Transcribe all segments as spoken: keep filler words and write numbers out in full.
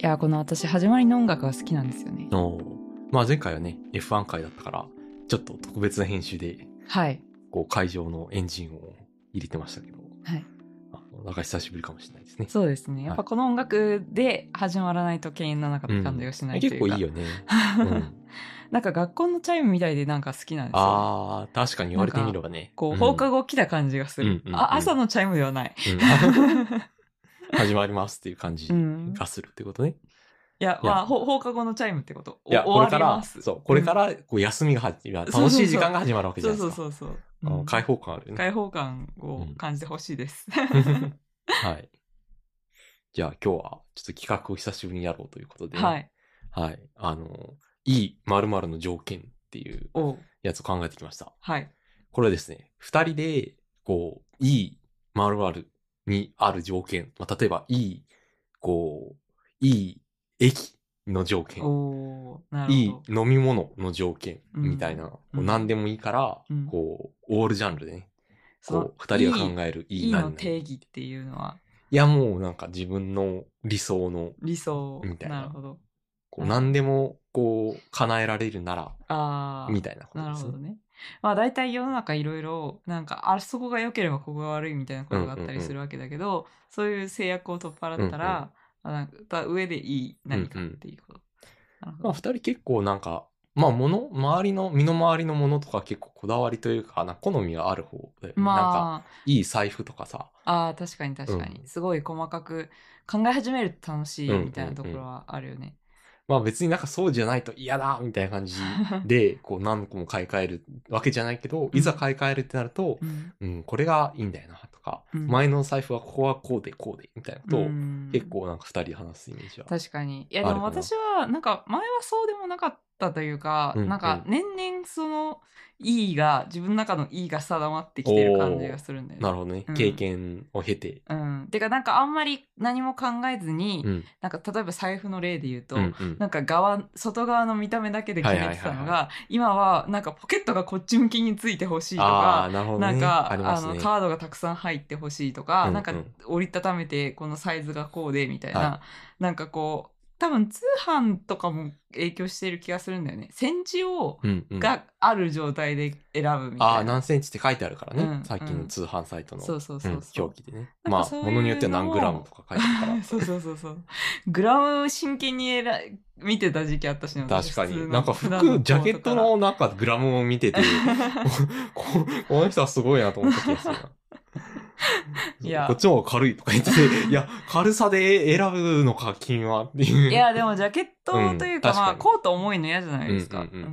いやこの私始まりの音楽が好きなんですよね。 おーまあ前回はね エフワン 回だったからちょっと特別な編集ではいこう会場のエンジンを入れてましたけど、 はいあのなんか久しぶりかもしれないですね。 そうですね、やっぱこの音楽で始まらないと敬遠な中って感じがしないというか、 結構いいよね、うん、 なんか学校のチャイムみたいでなんか好きなんですよ、ね、 あー確かに言われてみればねこう、うん、放課後来た感じがする、うんうんうん、あ朝のチャイムではない、うん、 始まりますっていう感じがするってことね、うん、 いや、まあ、放課後のチャイムってこと。 いや、これから、そう、これから、こう、休みが始まる、楽しい時間が始まるわけじゃないですか。 そうそうそうそう。 うん、開放感あるよね。 開放感を感じてほしいです。 うん、はい。じゃあ、今日は、ちょっと企画を久しぶりにやろうということで、ね、 はい。 はい。あの、いい〇〇の条件っていうやつを考えてきました。 はい。 これはですね、二人で、こう、いい〇〇にある条件、まあ、例えば、いい、こう、いい駅の条件、 おなるほど、 いい飲み物の条件みたいな、うん、こう何でもいいから、うん、こう、オールジャンルでね、こう、二人が考えるいい何々。 いいの定義っていうのは、 いや、もうなんか自分の理想の、 理想みたいな。 なるほど。 こう何でも、こう、叶えられるなら、 あみたいなことですね。 なるほどね。まあ大体世の中いろいろ、なんか、あそこが良ければここが悪いみたいなことがあったりするわけだけど、うんうんうん、そういう制約を取っ払ったら、うんうん、なんか上でいい何かっていうこと。 うんうん、まあ二人結構なんか、まあ物、周りの、身の回りのものとか結構こだわりというか、な好みがある方で、ね、まあ、なんか、いい財布とかさ。 ああ、確かに確かに、うん。すごい細かく考え始めると楽しいみたいなところはあるよね。うんうんうん、 まあ別になんかそうじゃないと嫌だみたいな感じで、こう何個も買い替えるわけじゃないけど、いざ買い替えるってなると、うん、うん、これがいいんだよなとか、うん、前の財布はここはこうでこうでみたいなことを、結構なんか二人で話すイメージは。 確かに。いやでも私は、なんか前はそうでもなかったというか、うんうん、なんか年々その、いいが、自分の中のいいが定まってきてる感じがするんだよね。 なるほどね。うん、経験を経て。 うん。てかなんかあんまり何も考えずに、うん、なんか例えば財布の例で言うと、うんうん、なんか側、外側の見た目だけで決めてたのが、はいはいはいはい、今はなんかポケットがこっち向きについてほしいとか、 なるほどね、 なんか、 ありますね、 あのカードがたくさん入ってほしいとか、うんうん、なんか折りたためてこのサイズがこうでみたいな、はい、なんかこう、多分通販とかも影響している気がするんだよね。センチを、うんうん、がある状態で選ぶみたいな。 ああ、何センチって書いてあるからね。うん、最近の通販サイトの、そうそうそうそう、うん、表記でね。まあ、ものによっては何グラムとか書いてあるから。 そうそうそうそう。グラム真剣に選見てた時期あったしね。 確かに。なんか服、ジャケットのなんかグラムを見てて、こ, この人はすごいなと思った気がするな。いやこっちも軽いとか言ってて、いや、軽さで選ぶのか、金はっていう。 いや、でもジャケットというか、うん、かまあ、コート重いの嫌じゃないですか。 うんうんうんうん、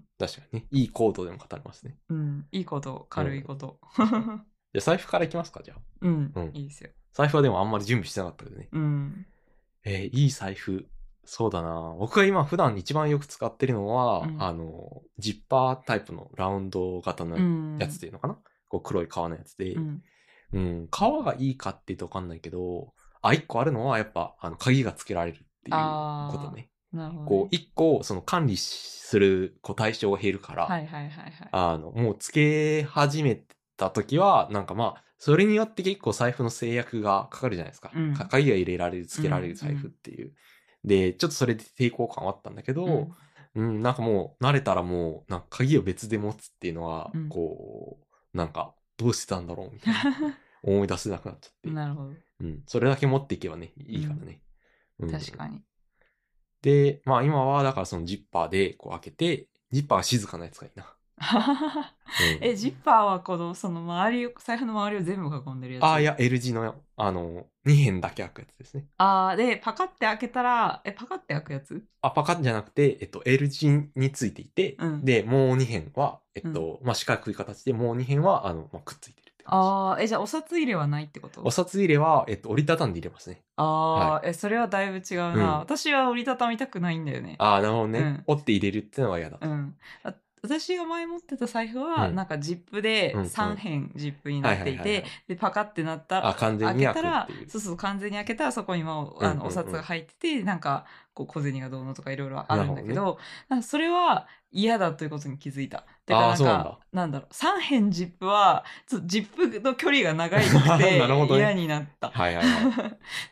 確かにね。いいコートでも語りますね。 うん。いいこと、軽いこと。 うん、じゃあ財布からいきますか、じゃあ。 うん。うん、いいですよ。 財布はでもあんまり準備してなかったけどね。うん。えー、いい財布。そうだな。僕が今普段一番よく使ってるのは、うん、あの、ジッパータイプのラウンド型のやつっていうのかな、うん、こう黒い革のやつで、うんうん、革がいいかって言うとわかんないけど、あ、一個あるのはやっぱ、あの、鍵がつけられるっていうことね。 なるほどね。 こう、一個、その管理する、こう、対象が減るから、 はいはいはいはい。 あの、もうつけ始めた時は、なんかまあ、それによって結構財布の制約がかかるじゃないですか。うん、鍵が入れられる、つけられる財布っていう。うんうん、で、ちょっとそれで抵抗感はあったんだけど、うん、うん、なんかもう、慣れたらもう、なんか鍵を別で持つっていうのは、うん、こう、なんか、どうしてたんだろうみたいな。思い出せなくなっちゃって。 なるほど。 うん。それだけ持っていけばね、いいからね。 うん、確かに。 で、まあ今は、だからそのジッパーでこう開けて、ジッパーが静かなやつがいいな。 うん、え、ジッパーはこの、その周りを、財布の周りを全部囲んでるやつ？ ああ、いや、L 字の、あの、に辺だけ開くやつですね。 ああ、で、パカって開けたら、え、パカって開くやつ？ あ、パカじゃなくて、えっと、L 字についていて、うん、で、もうに辺は、えっと、うん、まあ四角い形で、もうに辺は、あの、まあ、くっついてるって感じ。 ああ、え、じゃあお札入れはないってこと？ お札入れは、えっと、折りたたんで入れますね。 ああ、はい、え、それはだいぶ違うな、うん。私は折りたたみたくないんだよね。 ああ、なるほどね、うん。折って入れるってのは嫌だと。 うん。私が前持ってた財布は、なんかジップでさん辺ジップになっていて、で、パカってなったら、 あ、完全に開けたら、 そうそう、完全に開けたらそこにもう、あの、お札が入ってて、なんか、 こう小銭がどうのとかいろいろあるんだけど、なんかそれは嫌だということに気づいた。だからなんか、なんなんだろう、さん辺ジップは、ちょっとジップの距離が長いくて嫌になった。 はいはいはい。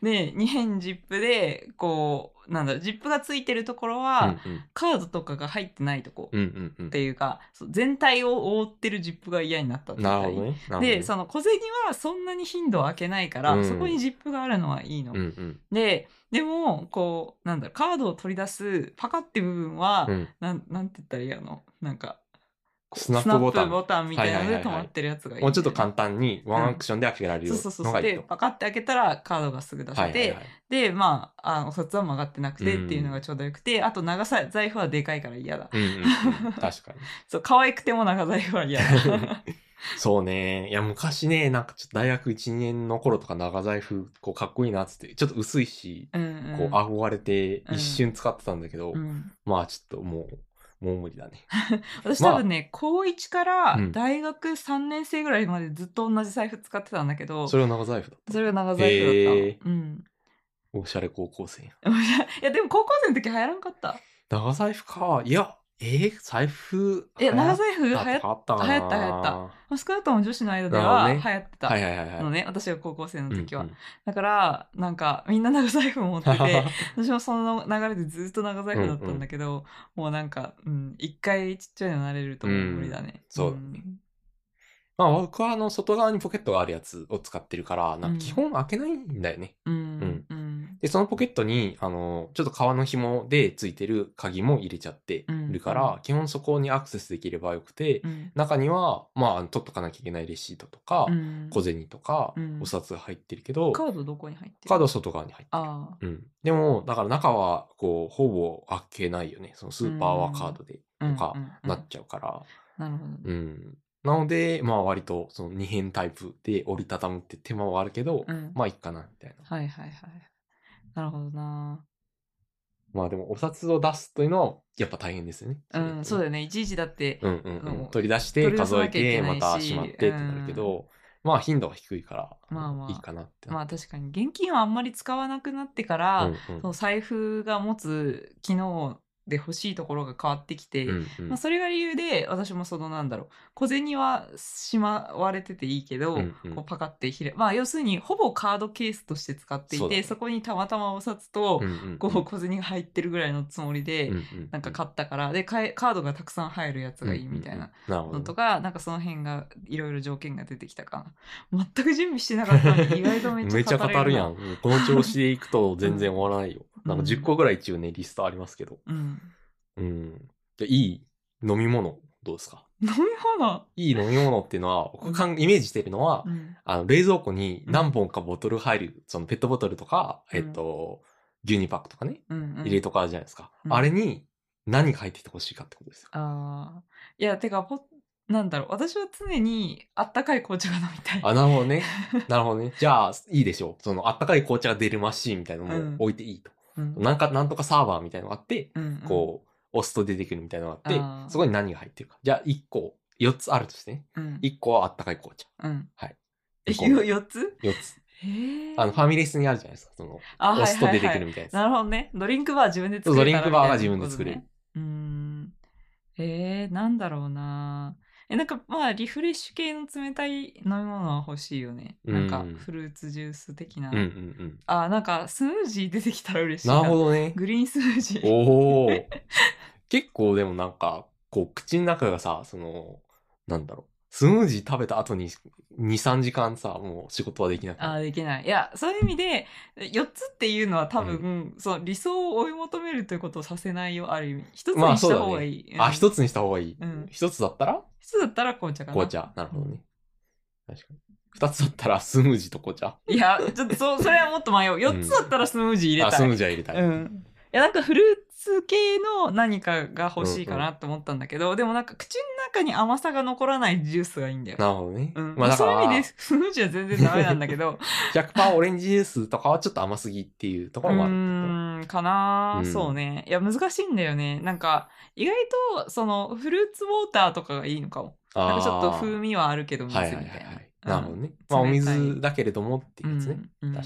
で、に辺ジップで、こう、なんだろう、ジップがついてるところは、うんうん、カードとかが入ってないとこっていうか、うんうんうん、全体を覆ってるジップが嫌になったって言ったり。なるほどね。なるほどね。で、その小銭はそんなに頻度を開けないから、うん、そこにジップがあるのはいいの。うんうん、で、でも、こう、なんだろう、カードを取り出す、パカって部分は、うん、なん、なんて言ったらいいのなんか、 スナップボタン。 ボタンみたいなので止まってるやつがいい、ね、 もうちょっと簡単にワンアクションで開けられるのがいいと、うん、そうそうそう。で、 パカって開けたらカードがすぐ出せて、はいはいはい、で、まあ、あのお札は曲がってなくてっていうのがちょうどよくて、うん、あと長さ財布はでかいから嫌だ。うんうんうん、確かに。そう、可愛くても長財布は嫌だ。 そうね。いや、昔ね、なんかちょっと大学いち、にねんの頃とか長財布、こう、かっこいいなっつって、ちょっと薄いし、うんうん、こう、憧れて一瞬使ってたんだけど、うん、まあちょっともう、もう無理だね。 私多分ね、まあ、こういちから大学さんねん生ぐらいまでずっと同じ財布使ってたんだけど。 それは長財布だった？ それは長財布だった。うん。 おしゃれ高校生や。いや、でも高校生の時流行らんかった。 長財布か。いや、えー、財布いや、長財布流行った流行った流行った。少なくとも女子の間では流行ってたのね。はいはいはいはい、ね、私が高校生の時は。うんうん、だから、なんか、みんな長財布持ってて、私もその流れでずっと長財布だったんだけど、うんうん、もうなんか、うん、一回ちっちゃいの慣れるともう無理だね。うん、 そうだね。うんまあ僕はあの外側にポケットがあるやつを使ってるから、なんか基本開けないんだよね。うん。うんうん、で、そのポケットに、あの、ちょっと革の紐でついてる鍵も入れちゃってるから、うんうん、基本そこにアクセスできればよくて、うん、中には、まあ取っとかなきゃいけないレシートとか、うん、小銭とか、お札が入ってるけど、 カードどこに入ってる？ カードは外側に入ってる。あうん。でも、だから中は、こう、ほぼ開けないよね。そのスーパーはカードでとかなっちゃうから。 なるほどね。 うんなので、まあ割とそのに辺タイプで折りたたむって手間はあるけど、うん、まあいいかな、みたいな。 はいはいはい。なるほどな。 まあでもお札を出すというのはやっぱ大変ですよね。 うん、そうだよね。いちいちだって、 うんうんうん、取り出して数えて、またしまってってなるけど、うん、まあ頻度は低いから、まあまあ、いいかなって。 まあ確かに現金はあんまり使わなくなってから、うんうん、その財布が持つ機能で欲しいところが変わってきて、うんうんまあ、それが理由で私もそのなんだろう小銭はしまわれてていいけど、うんうん、こうパカって開まあ要するにほぼカードケースとして使っていて そ,、ね、そこにたまたまお札と、うんうんうん、こう小銭が入ってるぐらいのつもりで、うんうんうん、なんか買ったからでカードがたくさん入るやつがいいみたいなのとか、うんうん、なんかその辺がいろいろ条件が出てきたかな。全く準備してなかったのに意外とめっちゃ語れるな。めっちゃ語るやん。 この調子でいくと全然終わらないよ。うん、なんかじゅっこぐらい一応ねリストありますけど。うんうん。じゃいい飲み物どうですか？ 飲み物いい飲み物っていうのは、僕がイメージしてるのは、うん、あの、冷蔵庫に何本かボトル入る、うん、そのペットボトルとか、うん、えっと、牛乳パックとかね、うんうん、入れとかあるじゃないですか。うん、あれに何が入っててほしいかってことですよ。 ああ。いや、てか、なんだろう。私は常にあったかい紅茶が飲みたい。 あ、なるほどね。なるほどね。じゃあ、いいでしょう。その、あったかい紅茶が出るマシーンみたいなのも置いていいと。うん、なんか、なんとかサーバーみたいなのがあって、うんうん、こう、押すと出てくるみたいなのがあって、そこに何が入ってるか。じゃあいっこ、よっつあるとしてね。うん、いっこはあったかい紅茶。うん、はい。 え、よっつ ? よっつ。へあの、ファミレスにあるじゃないですか。その、押すと出てくるみたいなやつ。 なるほどね。ドリンクバー自分で作れる、 ね。ドリンクバーが自分で作れる。 うーん。えー、なんだろうなえ、なんかまあリフレッシュ系の冷たい飲み物は欲しいよね。なんかフルーツジュース的な。うんうんうん、あ、なんかスムージー出てきたら嬉しいな。 なるほどね。 グリーンスムージー。 おー。結構でもなんか、こう口の中がさ、その、なんだろう。スムージー食べた後にに、さんじかんさ、もう仕事はできなくなる。 あ、できない。いや、そういう意味で、よっつっていうのは多分、うん、その理想を追い求めるということをさせないよ、ある意味。一つにした方がいい。 まあ、そうだね。あ、一つにした方がいい。うん。一つだったら一つだったら紅茶かな。 紅茶。なるほどね。うん、確かに。二つだったらスムージーと紅茶。 いや、ちょっとそ、それはもっと迷う。四つだったらスムージー入れたい。 あ、スムージーは入れたい。 うん。いや、なんかフルーツ系の何かが欲しいかなと思ったんだけど、うんうん、でもなんか口の中に甘さが残らないジュースがいいんだよ。 なるほどね。 うん。まあだから、そういう意味でスムージーは全然ダメなんだけど。 ひゃくパーセント オレンジジュースとかはちょっと甘すぎっていうところもある。うーん、かな、うん、そうね。いや、難しいんだよね。なんか、意外と、その、フルーツウォーターとかがいいのかも。なんかちょっと風味はあるけど、水みたいな。はいはいはいはい、 なるほどね。まあ、お水だけれどもっていうやつね。うんうん、確かに。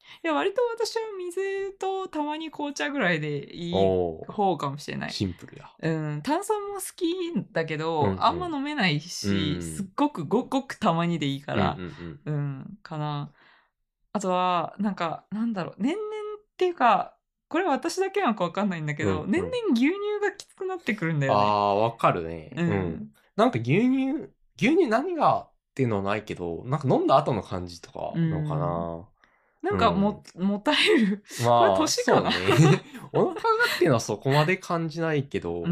いや、割と私は水とたまに紅茶ぐらいでいい方かもしれない。 シンプルや。 うん。炭酸も好きだけど、うんうん、あんま飲めないし、うん、すっごくごごくたまにでいいから、うん、うんうん、かな。あとは、なんか、なんだろう、年々っていうか、これは私だけなのかわかんないんだけど、うんうん、年々牛乳がきつくなってくるんだよね。 ああ、わかるね。うん。うん、なんか牛乳、牛乳何がっていうのはないけど、なんか飲んだ後の感じとかのかな。うんなんかも、うん、もたれる。まあ、これ年かな。 そうね。お腹がっていうのはそこまで感じないけど、うん。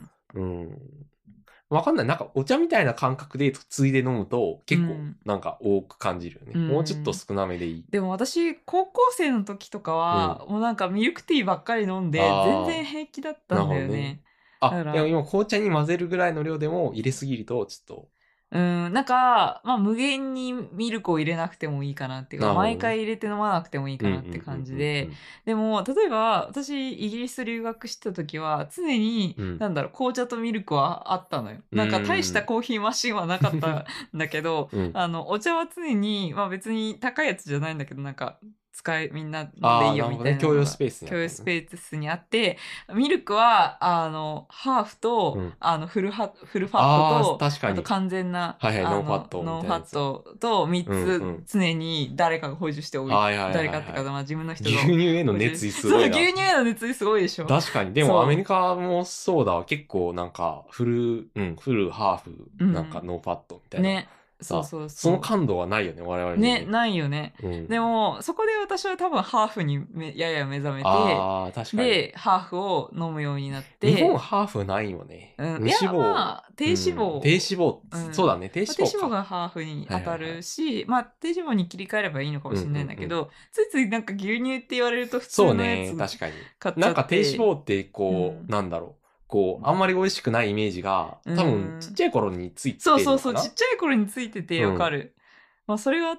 うん。わかんない。なんかお茶みたいな感覚でついで飲むと結構なんか多く感じるよね。うん、もうちょっと少なめでいい。 でも私、高校生の時とかは、うん、もうなんかミルクティーばっかり飲んで、全然平気だったんだよね。ねあ、でも今紅茶に混ぜるぐらいの量でも入れすぎるとちょっと。 うん、なんか、まあ、無限にミルクを入れなくてもいいかなっていうか、ね、毎回入れて飲まなくてもいいかなって感じで、でも、例えば、私、イギリス留学した時は、常に、うん、なんだろう、紅茶とミルクはあったのよ。なんか、大したコーヒーマシンはなかったんだけど、うん、あの、お茶は常に、まあ別に高いやつじゃないんだけど、なんか、使い、みんな飲んでいいよみたいな。 共用スペースにあって、 共用スペースにあって、ミルクは、あの、ハーフと、うん、あの、フルハ、フルファットと、 確かにあと完全な、 はいはい、ノーファット。 ノーファットとみっつ常に誰かが補充しておいて、誰かっていうか、まあ自分の人が。 牛乳への熱意すごいな。 そう、牛乳への熱意すごいでしょ。 確かに。でもアメリカもそうだわ。結構なんか、フル、うん、フル、ハーフ、なんかノーファットみたいな。ね。そうそうそう。その感度はないよね、我々に。 ね、ないよね。うん、でも、そこで私は多分ハーフにめやや目覚めて、 あ確かにで、ハーフを飲むようになって。 日本ハーフないよね。 うん。いや、まあ、低脂肪。 うん、低脂肪、うん、そうだね、低脂肪か。 低脂肪がハーフに当たるし、はいはいはい、まあ、低脂肪に切り替えればいいのかもしれないんだけど、うんうんうん、ついついなんか牛乳って言われると普通のやつそうね、確かに。なんか低脂肪ってこう、うん、なんだろう。こう、あんまり美味しくないイメージが、多分、ちっちゃい頃についてるのかな、 そうそうそう、ちっちゃい頃についててわかる。うん、まあ、それがあって、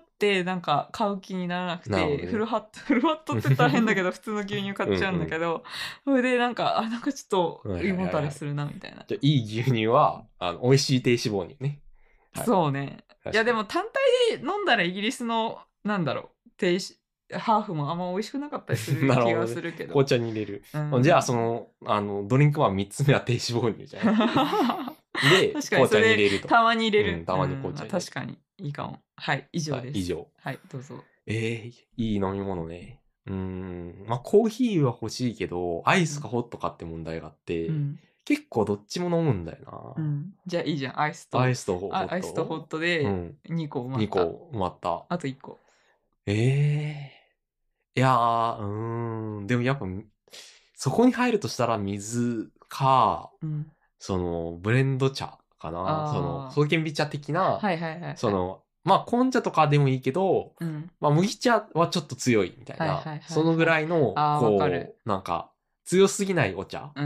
なんか、買う気にならなくて、ね、フルハット、フルハットって言ったら変だけど、普通の牛乳買っちゃうんだけど、それ、うん、で、なんか、あ、なんかちょっと、胃もたれするな、みたいな。 じゃいい牛乳は、あの、美味しい低脂肪にね。 はい、そうね。いや、でも単体で飲んだらイギリスの、なんだろう、低脂、ハーフもあんま美味しくなかったりする気がするけど。 どね、紅茶に入れる。うん、じゃあ、その、あの、ドリンクはみっつめは低脂肪乳じゃないで、紅茶に入れると。 たまに入れる。 うん、たまに紅茶に入れる、 うん。確かに。いいかも。はい、以上です。 以上。 はい、どうぞ。 えー、いい飲み物ね。うーん。まあ、コーヒーは欲しいけど、アイスかホットかって問題があって、うん、結構どっちも飲むんだよな。 うん。じゃあいいじゃん。アイスと。 アイスとホット。 アイスとホットでにこ埋まった。 にこ埋まった。 あといっこ。 ええー。いやー、うーん。でもやっぱ、そこに入るとしたら水か、うん、その、ブレンド茶かな。その、双剣美茶的な、 はいはいはい、はい。 その、まあ、紅茶とかでもいいけど、うん、まあ、麦茶はちょっと強いみたいな、はいはいはいはい、そのぐらいの、こう、なんか、強すぎないお茶、うんうん、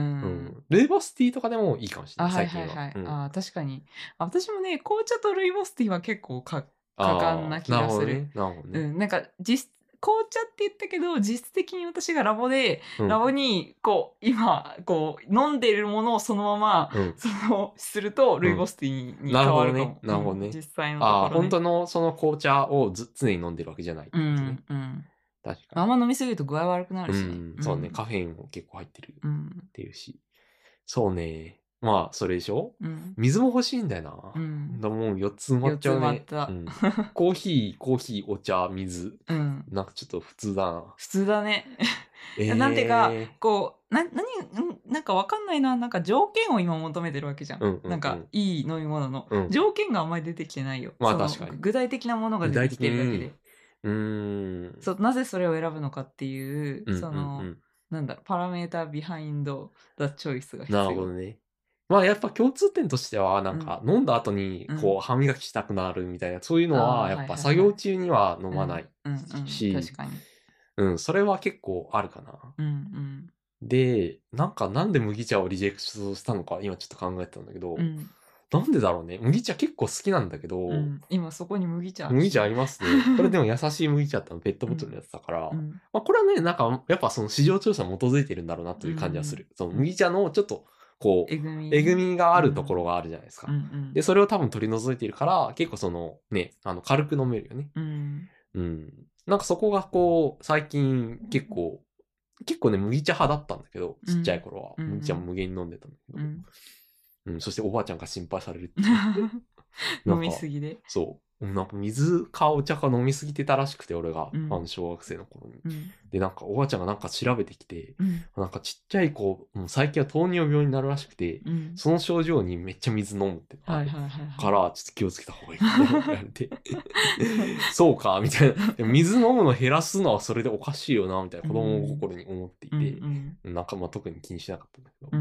ルイボスティーとかでもいいかもしれない、最近は。はいはいはい、うん、 あ確かに。私もね、紅茶とルイボスティーは結構か、果敢な気がする。 なるほどね。なるほどね。 うん、なんか、実紅茶って言ったけど、実質的に私がラボで、うん、ラボに、こう、今、こう、飲んでいるものをそのまま、うん、その、すると、ルイボスティーに変わるかも。 なるほどね。なるほどね。 実際のところ、ね。 ああ、本当のその紅茶をず常に飲んでるわけじゃないってね。うん、うん。確かに。 あんま飲みすぎると具合悪くなるしね。 うん、そうね、カフェインも結構入ってるっていうし。そうね。まあ、それでしょ、うん、水も欲しいんだよな。うん。だもうよっつ埋まっちゃうね。よっつ埋まった。うん、コーヒー、コーヒー、お茶、水。うん。なんかちょっと普通だな。 普通だね。えー、なんていうか、こう、な、何、なんかわかんないな。なんか条件を今求めてるわけじゃん。うんうんうん、なんか、いい飲み物の、うん。条件があんまり出てきてないよ。まあ確かに。具体的なものが出てきてるだけで。うーん。そう、なぜそれを選ぶのかっていう、うんうんうん、その、なんだろう、パラメータービハインド、ザ・チョイスが必要。 なるほどね。まあやっぱ共通点としては、なんか飲んだ後にこう歯磨きしたくなるみたいな、そういうのはやっぱ作業中には飲まないし、 確かに。 うん、それは結構あるかな。うんうん、で、なんかなんで麦茶をリジェクトしたのか今ちょっと考えてたんだけど、うん、なんでだろうね。麦茶結構好きなんだけど、うん、 今そこに麦茶麦茶ありますね。これでも優しい麦茶ってのペットボトルのやつだから、うん、まあこれはね、なんかやっぱその市場調査に基づいてるんだろうなという感じはする。その麦茶のちょっとこう、えぐみ、えぐみがあるところがあるじゃないですか。うんうん、で、それを多分取り除いているから、結構その、ね、あの、軽く飲めるよね。うん。うん。 なんかそこがこう、最近結構、結構ね、麦茶派だったんだけど、ちっちゃい頃は。うん、麦茶も無限に飲んでたんだけど、うんうん、そしておばあちゃんが心配されるっていう。 飲みすぎで。 そう。なんか水かお茶か飲みすぎてたらしくて、俺が、うん、あの小学生の頃に、うん。で、なんかおばあちゃんがなんか調べてきて、うん、なんかちっちゃい子、もう最近は糖尿病になるらしくて、うん、その症状にめっちゃ水飲むってあるから、ちょっと気をつけた方がいいって言われて、そうか、みたいな。水飲むの減らすのはそれでおかしいよな、みたいな子供心に思っていて、うんうん、なんかまあ特に気にしなかったんだけど。うんうん、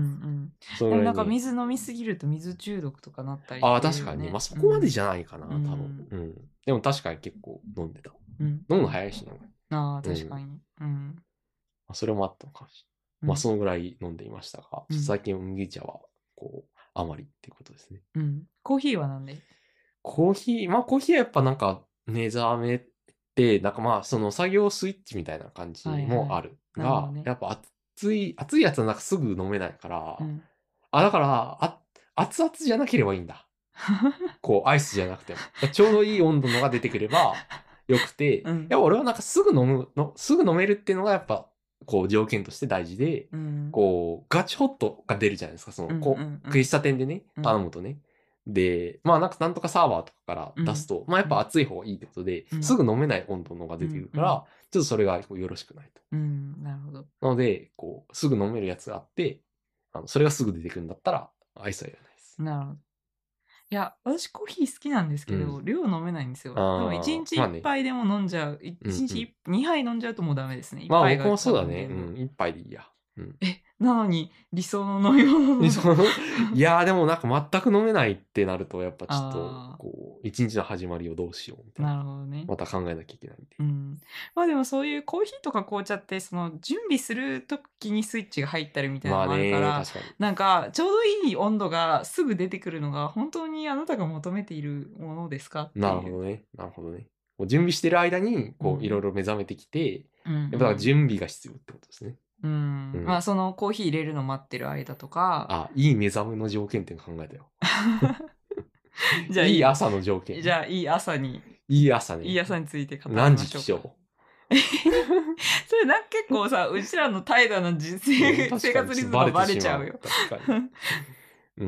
それでもなんか水飲みすぎると水中毒とかなったりっていう、ね。 ああ、確かにね。まあそこまでじゃないかな、うん、多分。うん。でも確かに結構飲んでた。うん、飲むの早いしね。 ああ、確かに。うん。 まあ、それもあったのかもしれない。まあそのぐらい飲んでいましたが、うん、最近麦茶は、こう、あまりっていうことですね。 うん。コーヒーはなんで？ コーヒー、まあコーヒーはやっぱなんか目覚めて、なんかまあその作業スイッチみたいな感じもあるが、はいはいね、やっぱ熱い、熱いやつはなんかすぐ飲めないから、うん、あ、だから、あ、熱々じゃなければいいんだ。こう、アイスじゃなくても。ちょうどいい温度のが出てくればよくて、うん、やっぱ俺はなんかすぐ飲むの、すぐ飲めるっていうのがやっぱ、こう条件として大事で、うん、こう、ガチホットが出るじゃないですか。その、こう、うんうんうん、喫茶店でね、頼むとね。うん、で、まあなんかなんとかサーバーとかから出すと、うん、まあやっぱ熱い方がいいってことで、うん、すぐ飲めない温度のが出てくるから、うんうん、ちょっとそれがよろしくないと。 うん、なるほど。 なので、こう、すぐ飲めるやつがあって、あのそれがすぐ出てくるんだったら、アイスはいらないです。 なるほど。いや、私コーヒー好きなんですけど、うん、量飲めないんですよ。多分いちにちいっぱいでも飲んじゃう。まあね、いちにちにはい飲んじゃうともうダメですね。いっぱいが。 まあ僕もそうだね。うん、いっぱいでいいや。うん、 え、なのに理想の飲み物理想のいやーでもなんか全く飲めないってなると、やっぱちょっと、こう、一日の始まりをどうしようみたいな。 なるほどね。 また考えなきゃいけないんで。 うん。まあでもそういうコーヒーとか紅茶って、その準備するときにスイッチが入ったりみたいなのもあるから、まあね、確かに。なんかちょうどいい温度がすぐ出てくるのが本当にあなたが求めているものですかっていう。 なるほどね。なるほどね。準備してる間に、こう、いろいろ目覚めてきて、うん、やっぱ準備が必要ってことですね。 うん、うん、まあそのコーヒー入れるの待ってる間とか、 あ、いい目覚めの条件っていうの考えたよ。じゃあいい朝の条件。 じゃあいい朝に。 いい朝ね。 いい朝について語りましょう。何時起床それなんか結構さ、うちらの怠惰な人生、生活リズムがバレちゃうよ。 確かに。うん、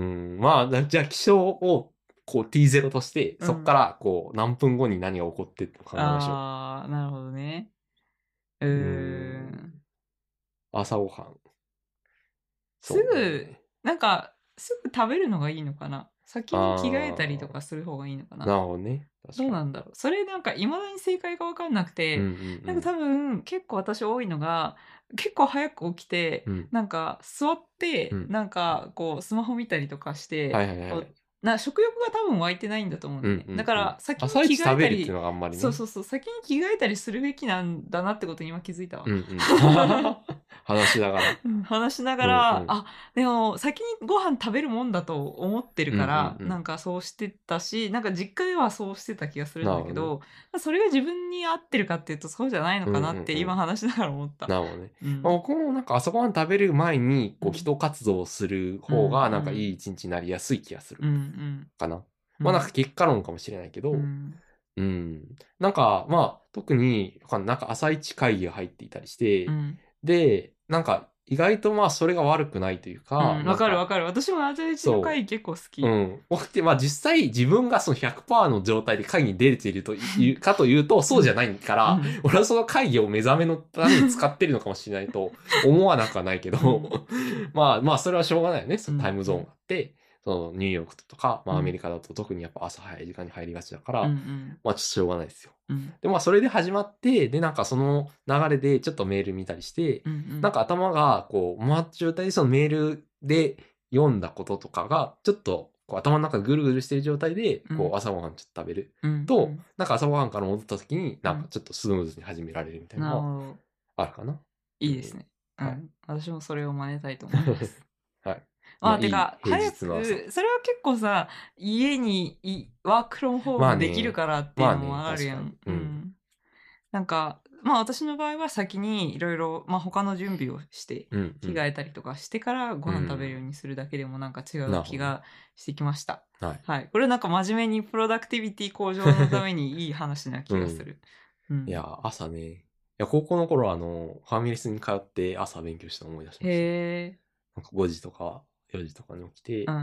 まあ、じゃあ起床をこう ティーゼロ として、そこからこう何分後に何が起こってって考えましょう。 ああ、なるほどね。うーん。 朝ごはん。 すぐ、なんか、すぐ食べるのがいいのかな？先に着替えたりとかする方がいいのかな？ なるほどね。 どうなんだろう。それなんか未だに正解が分かんなくて、うんうんうん、なんか多分結構私多いのが、結構早く起きて、うん、なんか座って、うん、なんかこうスマホ見たりとかして、はいはいはい、な食欲が多分湧いてないんだと思うんだよね、うんうんうん、だから先に着替えたり、ね、そうそうそう、先に着替えたりするべきなんだなってことに今気づいたわ、うんうん、 話しながら話しながら、うんうん、あでも先にご飯食べるもんだと思ってるから、うんうんうん、なんかそうしてたし、なんか実家ではそうしてた気がするんだけど、どそれが自分に合ってるかっていうとそうじゃないのかなって今話しながら思った。 なるほどね、うん、僕もなんか朝ごはん食べる前にこう人活動をする方がなんかいい一日になりやすい気がする、うんうんかな。うん、まあなんか結果論かもしれないけど、うん、うん、なんかまあ特になんか朝一会議が入っていたりして、うん、でなんか意外とまあそれが悪くないというか、わ、 うん、かるわかる。私も朝一の会議結構好き。 うん。でまあ実際自分がその ひゃくパーセント の状態で会議に出れているというかというとそうじゃないから、うん、俺はその会議を目覚めのために使ってるのかもしれないと思わなくはないけど、うん、まあまあそれはしょうがないよね。そのタイムゾーンがあって。そのニューヨークとか、まあアメリカだと特にやっぱ朝早い時間に入りがちだから、うんうん、まあちょっとしょうがないですよ。うん、で、まあそれで始まって、で、なんかその流れでちょっとメール見たりして、うんうん、なんか頭がこう回った状態でそのメールで読んだこととかが、ちょっとこう頭の中でぐるぐるしてる状態で、こう朝ごはんちょっと食べる、うん、と、なんか朝ごはんから戻った時に、なんかちょっとスムーズに始められるみたいなのはあるかな。 いいですね。うん、はい。私もそれを真似たいと思います。 はい。 まあ、てか、早く、それは結構さ、家にいワークフロムホームできるからっていうのもあるやん。まあね、うん、うん。なんか、まあ私の場合は先にいろいろ、まあ他の準備をして、着替えたりとかしてからご飯食べるようにするだけでもなんか違う気がしてきました。はい。はい。これなんか真面目にプロダクティビティ向上のためにいい話な気がする。 うん、 いや、朝ね、いや、高校の頃あの、ファミレスに通って朝勉強したの思い出しました。 へえ。 なんかごじとかよじとかに起きて、 うんうん。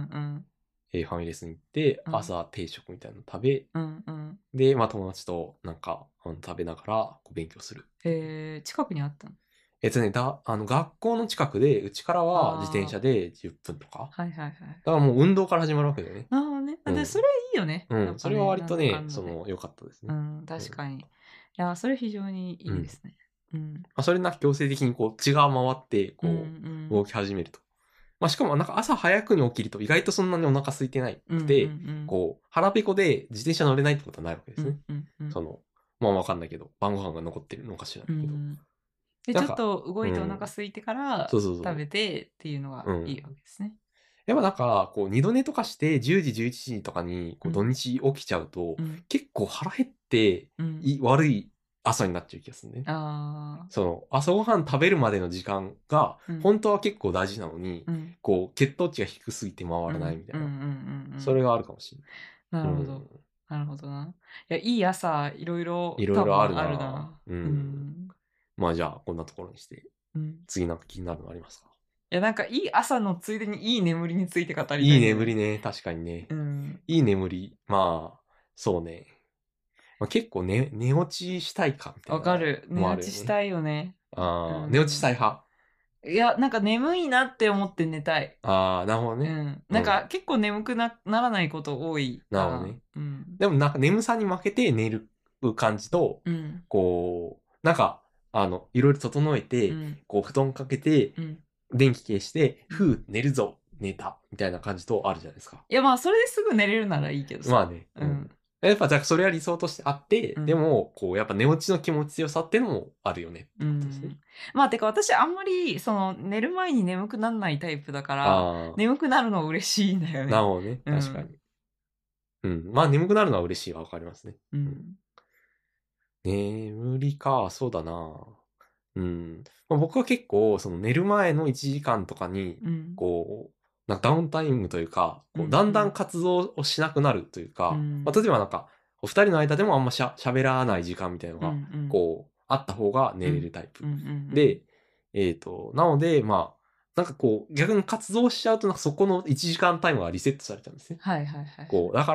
えーファミレスに行って、 うん、 朝定食みたいなの食べ、 うんうん。 で、まあ友達となんか、あの食べながらこう勉強する。 へえ、近くにあったの？ えっとね、だ、あの、学校の近くで、うちからは自転車あでじゅっぷんとか。 あ、はいはいはい。 だからもう運動から始まるわけだよね。 なるほどね。 うん。 で、それいいよね。 うん。それはなんかね、なんだか割とね、 んだで。 その、良かったですね。 うん、確かに。いや、それ非常にうん。 いいですね。うん。 まあ、それな、強制的にこう、血が回って、 うんうこう、 ん。 動き始めると。まあ、しかもなんか朝早くに起きると意外とそんなにお腹空いてないうんうんうくて、 ん。 こう、腹ペコで自転車乗れないってことはないわけですね。 うんうんうん。 その、まあわかんないけど、晩ご飯が残ってるのか知らないけど。 うん。で、ちょっなんか、 と動いてお腹うん。 空いてからそうそうそ食べてっていうのがう。ういいわん。 けですね。 やっぱなんか、こう、二度寝とかしてじゅうじ、じゅういちじとかに、こう、土うん日起きちゃうと、 うん。 結構腹減ってうん。 い、悪い朝になっちゃう気がするね。 ああ。 その、朝ごはん食べるまでの時間が、 うん。 本当は結構大事なのに、 うん。 こう、血糖値が低すぎて回らないうん。うん。うん。うみたいな。そん。 れがあるかもしれない。うなるほど。 ん。 なるほどな。いや、いい朝、いろいろいろいろある多分あるなな。 ううん。 ん。 まあじゃあ、こんなところにして、 うん。 次なんか気になるのありますか？ いや、なんかいい朝のついでにいい眠りについて語りたいんいいだよね。 眠りね。確かにね。 うん。 いい眠り。まあ、そうね。まあ、結構寝、寝落ちしたいかみたいなのわかる。寝もあるよね。 落ちしたいよね。うああ、寝落ちしたん。 い派。 いや、なんか眠いなって思って寝たい。 ああ、なるほどね。 うん。 うん。 なんか結構眠くなならないこと多いかな。 なるほどね。 うん。 でもなんか眠さに負けて寝る感じと、 うん。 こう、なんか、あの、いろいろ整えて、 うん。 こう、布団かけて、 うん。 電気消して、 うん。 ふう、寝るぞ、寝た、みたいな感じとあるじゃないですか。 いや、まあ、それですぐ寝れるならいいけどさ。 まあね。うん。 うん。 やっぱ、じゃあそれは理想としてあって、 うん。 でも、こう、やっぱ寝落ちの気持ちよさっていうのもあるよねっうてことですね。 ん。まあ、てか私あんまり、その、寝る前に眠くなんないタイプだから、 ああ、 眠くなるの嬉しいんだよね。 なるほどね。 うん。 確かに。うん。まあ、眠くなるのは嬉しいわ。わかりますね。うん。 うん。 眠りか、そうだな。うん。まあ、僕は結構、その寝る前のいちじかんとかに、 うん。 こう、なんかダウンタイムというか、 うん。 こうだんだんうん。 活動をしなくなるといううか、まあ、 ん。 例えばなんか、お二人の間でもあんましゃ、喋らない時間みたいなのうん。うが、 ん。 こう、あった方が寝れるうん。 タイプ。 うん。うん。 で、えっと、なので、まあ、なんかこう、逆に活動しちゃうと、なんかそこのいちじかんタイムがリセットされちゃうんですね。 はいはいはい。 こう、だから、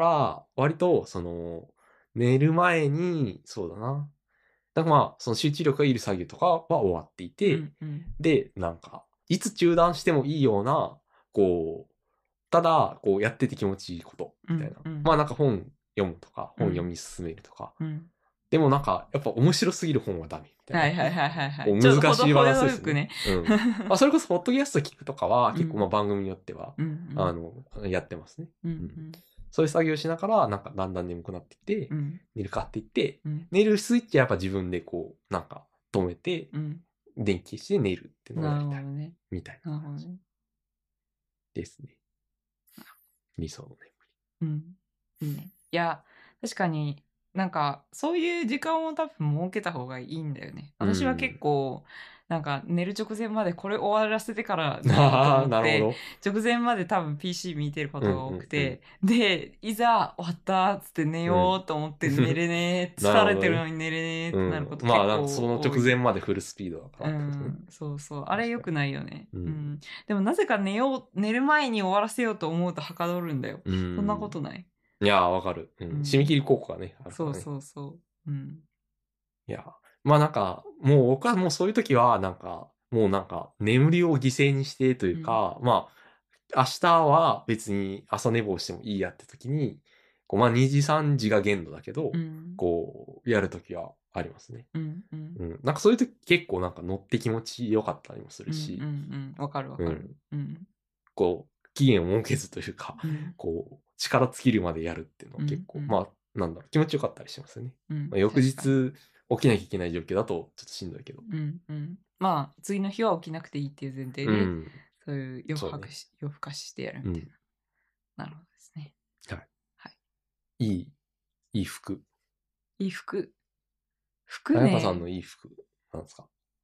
割と、その、寝る前に、そうだな。だからまあ、その集中力がいる作業とかは終わっていて、 うんうん。 で、なんか、いつ中断してもいいような、こう、ただ、こうやってて気持ちいいこと、みたいな。 うんうん。 まあなんか本読むとか、 うん。 本読み進めるとか。 うん。 でもなんか、やっぱ面白すぎる本はダメ、みたいな。 はいはいはいはいはこうい。ちょっとほど、 難しいバほランスですね。 どよくね。 うん。まあそれこそ、ポッドキャスト聞くとかは、結構まあうん。 番組によっては、 うん。 あの、やってますね。 うん。ううん。 ん。 そういう作業しながら、なんかだんだん眠くなってきて、 うん。 寝るかって言って、 うん。 寝るスイッチはやっぱ自分でこう、なんか止めて、 うん。 電気消して寝るっていうのをなるやりたい。 ほどね。 みたいな感じなるほどね。 ですね。理想の眠うん。いいね。いや、確かになんか、そういう時間を多分設けた方がいいんだよね。 り。う私は結ん。 構、なんか寝る直前までこれ終わらせてから寝ようとああ、 思って、 なるほど。 直前まで多分 ピーシー 見てることうんが多くうんうん。 て、で、いざ終わったっつって寝うん。 ようと思って寝れねえ、 なる疲れほどね。 てるのに寝れねえっうてなるこん。 と結まあ、なんかその構多い。 直前までフルスピードだかうらってことね。 ん、そうそう。あれ良く確かに。 ないよね。 うん。 うん。でもなぜか寝よう、寝る前に終わらせようと思うとはかどるんだよ。 うそんなん。 ことない？ いやー、わかる。うん。 うん。 締め切り効果がね、あるかそうらね。 そうそう。うん。 いや、まあなんか、もう僕はもうそういう時は、なんか、もうなんか、眠りを犠牲にしてというん。 うか、まあ、明日は別に朝寝坊してもいいやって時に、こうまあにじ、さんじが限度だけど、 うん。 こう、やる時はありますね。 うんうん。 うん。なんかそういう時結構なんか乗って気持ちよかったりもすうんうんうるし、 ん。わかるわかる。 うん。 うん。 こう、期限を設けずというか、 うん。 こう、力尽きるまでやるっていうのうは結構、 んうん。 まあ、なんだろう、気持ちよかったりしますよね。 うん。 まあ、翌確かに。 日起きなきゃいけない状況だとちょっとしんどいけど。 うんうん。まあ、次の日は起きなくていいっていう前提で、 うん。 そういう夜更そうね。 かし、夜更かししてやるうん。 みたいな。なるほどですね。 ははい。 い。いい、いい服。 いい服。服あやかさんのね。 いい服、なんですか？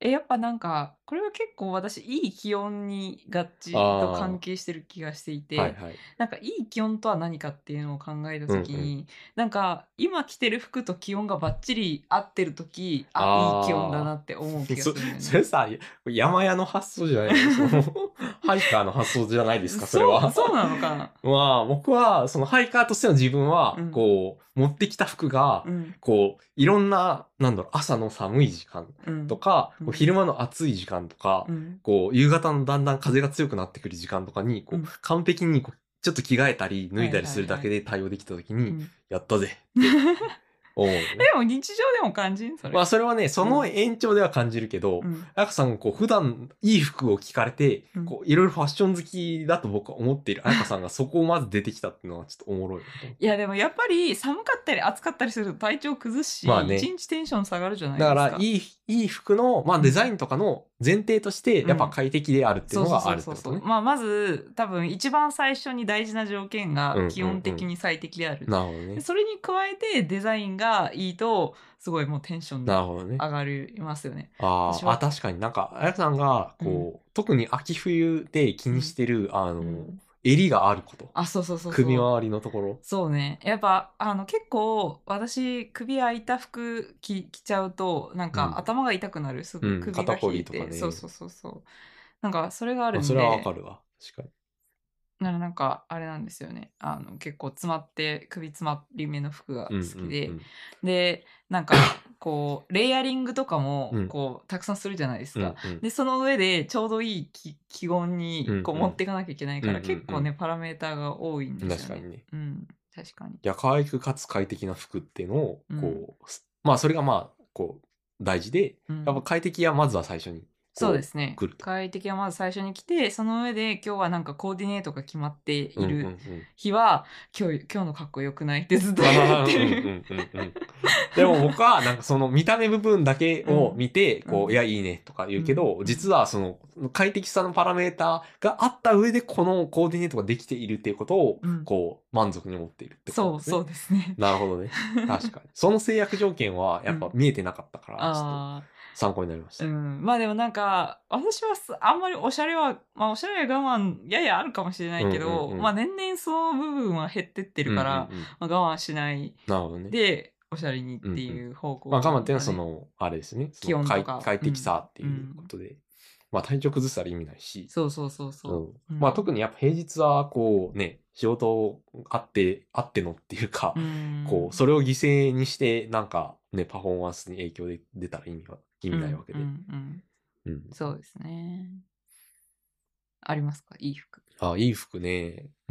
え、やっぱなんか、これは結構私、いい気温に合致と関係してる気がしていて、はいはい、なんかいい気温とは何かっていうのを考えたときに、うんうん、なんか今着てる服と気温がバッチリ合ってるとき、あ、いい気温だなって思う気がするんだよね。 そ, それさ、山屋の発想じゃないのハイカーの発想じゃないですか、それは。 そう、そうなのかな。 まあ、僕は、そのハイカーとしての自分は、こう、うん、持ってきた服が、うん、こう、いろんな、なんだろう、朝の寒い時間とか、うん、昼間の暑い時間とか、うん、こう、夕方のだんだん風が強くなってくる時間とかに、こう、うん、完璧にこう、ちょっと着替えたり、脱いだりするだけで対応できたときに、はいはいはい、やったぜって思うね。 でも日常でも感じんそれ。 まあそれはね、その延長では感じるけど、あかさんがこう普段いい服を着かれて、うん、こういろいろファッション好きだと僕は思っているあやかさんがそこをまず出てきたっていうのはちょっとおもろい。 いやでもやっぱり寒かったり暑かったりすると体調崩すし、まあね、一日テンション下がるじゃないですか。 だからいい、いい服の、まあデザインとかの前提として、やっぱ快適であるっていうのがあるってことね。 まあまず多分一番最初に大事な条件が基本的に最適である。 なるほどね。 それに加えてデザインがいいと、すごいもうテンション上がりますよね。 ああ、確かになんか、あやさんが、こう、うん、特に秋冬で気にしてる、うん、あの、うん、襟があること。 あ、そうそうそうそう。 首周りのところ。 そうね。やっぱ、あの、結構、私、首開いた服着着ちゃうと、なんか、頭が痛くなる。すぐ首が冷えて、うんね、そうそうそうそう。なんか、それがあるんで。 それはわかるわ。確かに。 ならなんかあれなんですよね。あの結構詰まって首詰まり目の服が好きで、うんうんうん、でなんかこうレイヤリングとかもこうたくさんするじゃないですか。うんうん、でその上でちょうどいい気温にこう持っていかなきゃいけないから、うんうん、結構ねパラメーターが多いんですよね。確かにね。うん、確かに。いや可愛くかつ快適な服っていうのをこう、うん、まあそれがまあこう大事で、うん、やっぱ快適はまずは最初に。 そうですね。快適はまず最初に来て、その上で今日はなんかコーディネートが決まっている日は、うんうんうん、今日、今日の格好良くないってずっと言ってる。 でも僕はなんかその見た目部分だけを見て、こう、うん、いや、いいねとか言うけど、うん、実はその快適さのパラメーターがあった上でこのコーディネートができているっていうことを、こう、満足に思っているってことですね。 そう、そうですね。 なるほどね。確かに。その制約条件はやっぱ見えてなかったから、ちょっと。参考になりました。 うん。まあでもなんか、私はあんまりおしゃれは、まあおしゃれは我慢、ややあるかもしれないけど、うんうんうん、まあ年々その部分は減ってってるから、うんうんうん、まあ、我慢しない。 なるほどね。 で、おしゃれにっていう方向、 ね、うんうん、まあ我慢っていうのはその、あれですね。 気温とか。 快適さっていうことで。うん、まあ体調崩したら意味ないし。 そうそうそうそう。 うん、まあ特にやっぱ平日はこうね、仕事あって、あってのっていうか、うん、こう、それを犠牲にして、なんかね、パフォーマンスに影響で出たら意味は、意味ないわけで。うんうんうんうん、そうですね。ありますか？いい服。 あ、いい服ね。うん。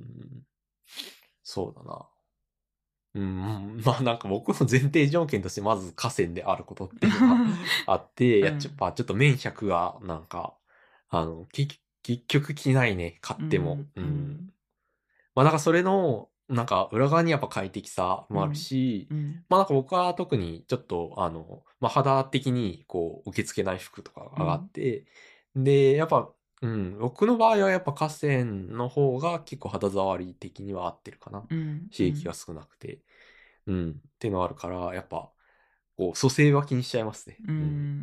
そうだな。うん。まあなんか僕の前提条件としてまず河川であることっていうのがあって、うん、やっぱちょっと綿ひゃくがなんか、あの、結局着ないね、買っても。うん。うん、まあなんかそれの、なんか裏側にやっぱ快適さもあるし、うんうん、まあなんか僕は特にちょっとあの、まあ肌的にこう受け付けない服とかが上がって、うん、で、やっぱ、うん、僕の場合はやっぱ河川の方が結構肌触り的には合ってるかな。うん、刺激が少なくて。うん、っていうのがあるから、やっぱ、こう、蘇生は気にしちゃいますね。 うん、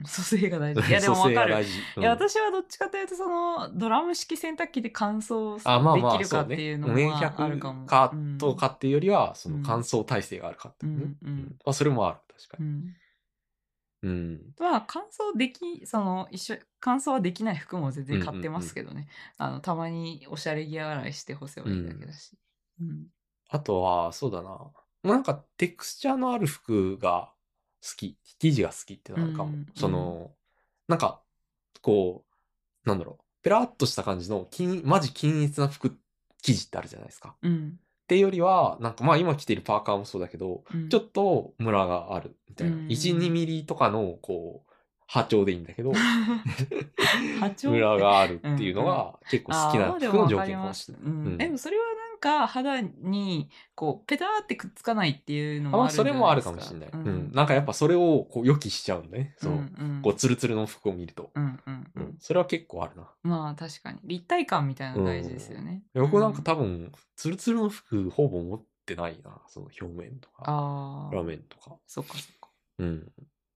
蘇生が大事。いや、でも分かる。うん、いや、私はどっちかというと、その、ドラム式洗濯機で乾燥できるかっていうのはあるかも。 かとかっていうよりは、その乾燥耐性があるかっていうね。うんうん、まあ、それもある、確かに。うんうん、まあ乾燥できその一緒乾燥はできない服も全然買ってますけどね、うんうんうん、あのたまにおしゃれ着洗いして干せばいいだけだし、うんうん、 あとはそうだななんかテクスチャーのある服が好き生地が好きっていうのがあるかも、うんうん、そのなんかこうなんだろうペラッとした感じの金マジ均一な服生地ってあるじゃないですか、うん、っていうよりはなんかまあ今着てるパーカーもそうだけど、うん、ちょっとムラがあるみたいな、うん、いち、にミリとかのこう波長でいいんだけど波長ムラがあるっていうのが結構好きな服の条件かもしれない。 うんうん、でもそれはなんか肌にこうペターってくっつかないっていうのもあるんじゃないですか。 あ、それもあるかもしれない。うん、うん、なんかやっぱそれをこう予期しちゃうんだね。その、うんうん、こうツルツルの服を見ると、うんうんうんうん。それは結構あるな。 まあ確かに立体感みたいなの大事ですよね。 うん、僕なんか多分ツルツルの服ほぼ持ってないな。その表面とか裏面とか。 そっかそっか。 うん。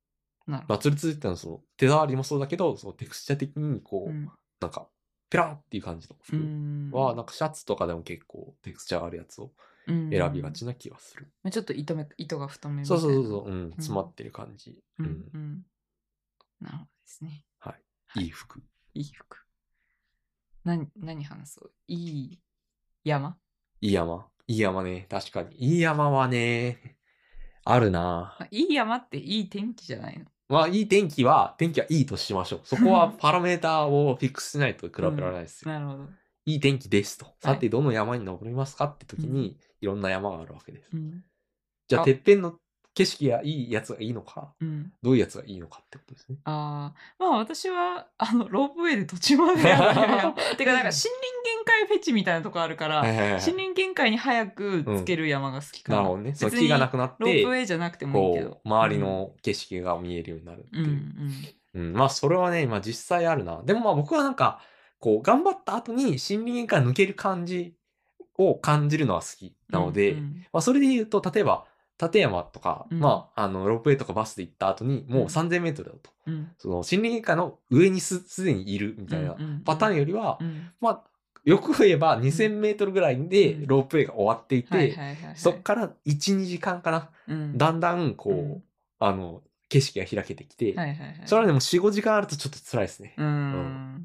なるほまあ、ツルツルってのはその手触りもそうだけど、そのテクスチャ的にこう、うん、なんか、ペラーっていう感じの服は、なんかシャツとかでも結構テクスチャーあるやつを選びがちな気がする。 ちょっと糸め糸が太めみたいな。 そうそうそう、うん、詰まってる感じ。 うん。うんうん、なるほどですね。 はい。はい、いい服。 いい服。何、何話そう。いい山いい山いい山ね。確かに。いい山はね、あるないい山っていい天気じゃないの？ まあ、いい天気は、天気はいいとしましょう。そこはパラメーターをフィックスしないと比べられないですよ。 うん、なるほど。 いい天気ですと。さて、どの山に登りますかって時に、いろんな山があるわけです。うん、じゃあ、てっぺんの景色がいいやつがいいのか、うん、どういうやつがいいのかってことですね。 ああ、まあ私は、あの、ロープウェイで途中までやるよ。てか、なんか森林限界フェチみたいなとこあるから、はいはいはい、森林限界に早くつける山が好きかな。うん、なるほどね。その木がなくなって、ロープウェイじゃなくてもいいけど。 周りの景色が見えるようになるっていう。うんうんうん、まあ、それはね、まあ実際あるな。でもまあ僕はなんか、こう、頑張った後に森林限界抜ける感じを感じるのは好きなので、うんうん、まあそれで言うと、例えば、立山とか、うん、まあ、あの、ロープウェイとかバスで行った後に、もうさんぜんメートルだと。うん、その、森林限界の上にす、すでにいるみたいなパターンよりは、うんうん、まあ、よく言えばにせんメートルぐらいでロープウェイが終わっていて、そっからいち、にじかんかな。うん、だんだん、こう、うん、あの、景色が開けてきて、はいはいはい、それはでもよん、ごじかんあるとちょっと辛いですね。うん。うん、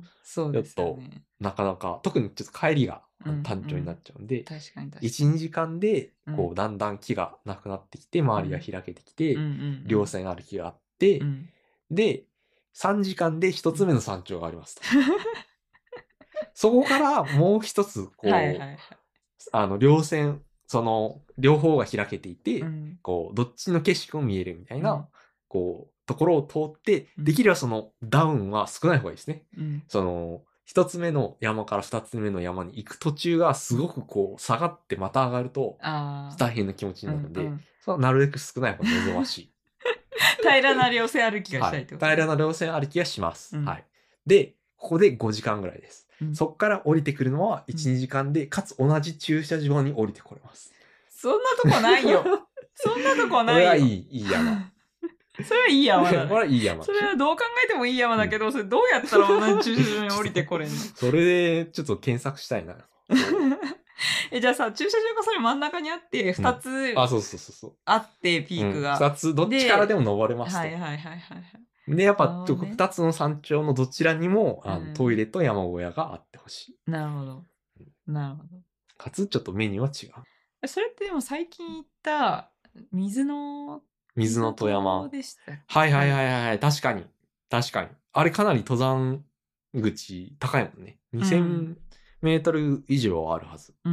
そうですよね。 ちょっと、なかなか、特にちょっと帰りが単調になっちゃうんで、うんうん、確かに確かにいち、にじかんで、こう、だんだん木がなくなってきて、周りが開けてきて、稜線歩きがあって、うん、で、さんじかんで一つ目の山頂がありますと。そこからもう一つ、こう、はいはいはい、あの、稜線、その、両方が開けていて、うん、こう、どっちの景色も見えるみたいな、うん、こう、ところを通って、できればそのダウンは少ない方がいいですね。うん、その、一つ目の山から二つ目の山に行く途中がすごくこう、下がってまた上がると、大変な気持ちになるんで、うんうん、そのなるべく少ない方が望ましい。 平らな稜線歩きがしたいってこと、 はい、平らな稜線歩きがします。うん、はい。で、ここでごじかんぐらいです。うん、そっから降りてくるのはいち、にじかんで、かつ同じ駐車場に降りてこれます。 そんなとこないよ。そんなとこないよ。 これはいい、いい山。 それはいい山だ、ね。 これはいい山。 それはどう考えてもいい山だけど、うん、それどうやったら同じ駐車場に降りてこれんの？ それで、ちょっと検索したいな。 え、じゃあさ、駐車場がそれ真ん中にあって、二つ、うん、 あ、そうそうそうそう。 あって、ピークが。 二、うん、つ、どっちからでも登れますと。 はいはいはいはい。 で、やっぱ、二、ね、つの山頂のどちらにも、あの、トイレと山小屋があってほしい。 なるほど。なるほど。 かつ、ちょっとメニューは違う。それってでも最近行った、水の、 水の富山。でしたっけ？はいはいはいはい。確かに。確かに。あれかなり登山口高いもんね。にせんメートル以上あるはず。うんうん、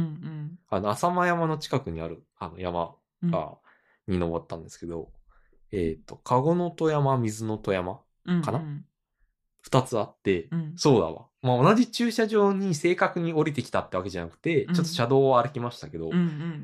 あの、浅間山の近くにある、あの山が、うん、に登ったんですけど、えっと、籠の富山、水の富山かな、うんうん、二つあって、うん、そうだわ。まあ同じ駐車場に正確に降りてきたってわけじゃなくて、うん、ちょっと車道を歩きましたけど。 うんうん、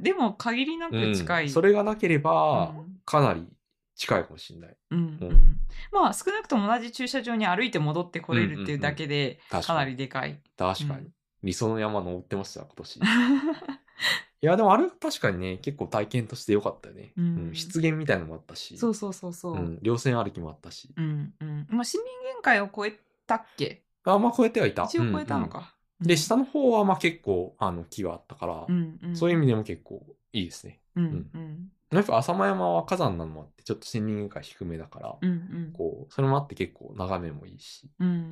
でも限りなく近い。 うん、それがなければ、かなり近いかもしれない。 うんうんうん、まあ少なくとも同じ駐車場に歩いて戻ってこれるっていうだけで、かなりでかい。 確かに。理想の山登ってました、今年。いや、でもあれ確かにね、結構体験として良かったよね。うんうん、湿原みたいなのもあったし。 そうそうそうそう。うん、 稜線歩きもあったし。 うんうん。まあ、森林限界を超えたっけ？ あ、まあ超えてはいた。 一応超えたのか。うんうん、で、下の方はまあ結構、あの、木があったから、うんうん、そういう意味でも結構いいですね。うんうん。やっぱ浅間山は火山なのもあって、ちょっと森林限界低めだから、うんうん、こう、それもあって結構眺めもいいし。 うんうんうん、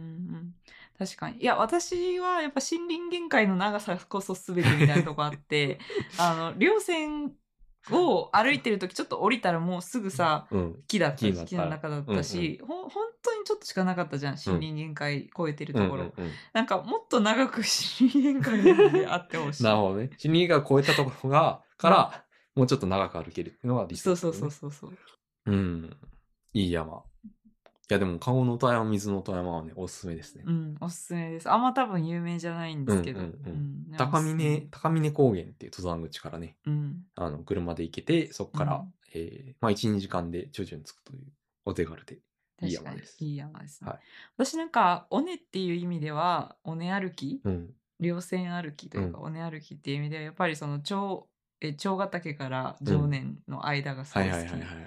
確かに。いや、私はやっぱ森林限界の長さこそ全てみたいなとこあって、あの、稜線を歩いてるときちょっと降りたらもうすぐさ、うん、木だったし、木の中だったし、うんうん、ほ、本当にちょっとしかなかったじゃん、森林限界超えてるところ。うんうんうん、なんかもっと長く森林限界であってほしい。 なるほどね。森林限界を超えたところが、から、もうちょっと長く歩けるっていうのが理想、ね。 そうそうそうそう。 うん。いい山。いやでも、籠の富山、水の富山はね、おすすめですね。 うん、おすすめです。あんま多分有名じゃないんですけど。うんうんうん、高峰、高峰高原っていう登山口からね、うん、あの、車で行けて、そこから、うん、えー、まあいち、にじかんで頂上に着くという、お手軽でいい山です。 いい山ですね。はい、私なんか、尾根っていう意味では、尾根歩き、うん、稜線歩きというか、尾根歩きっていう意味では、やっぱりその、長、え長ヶ岳から常年の間がすごい好き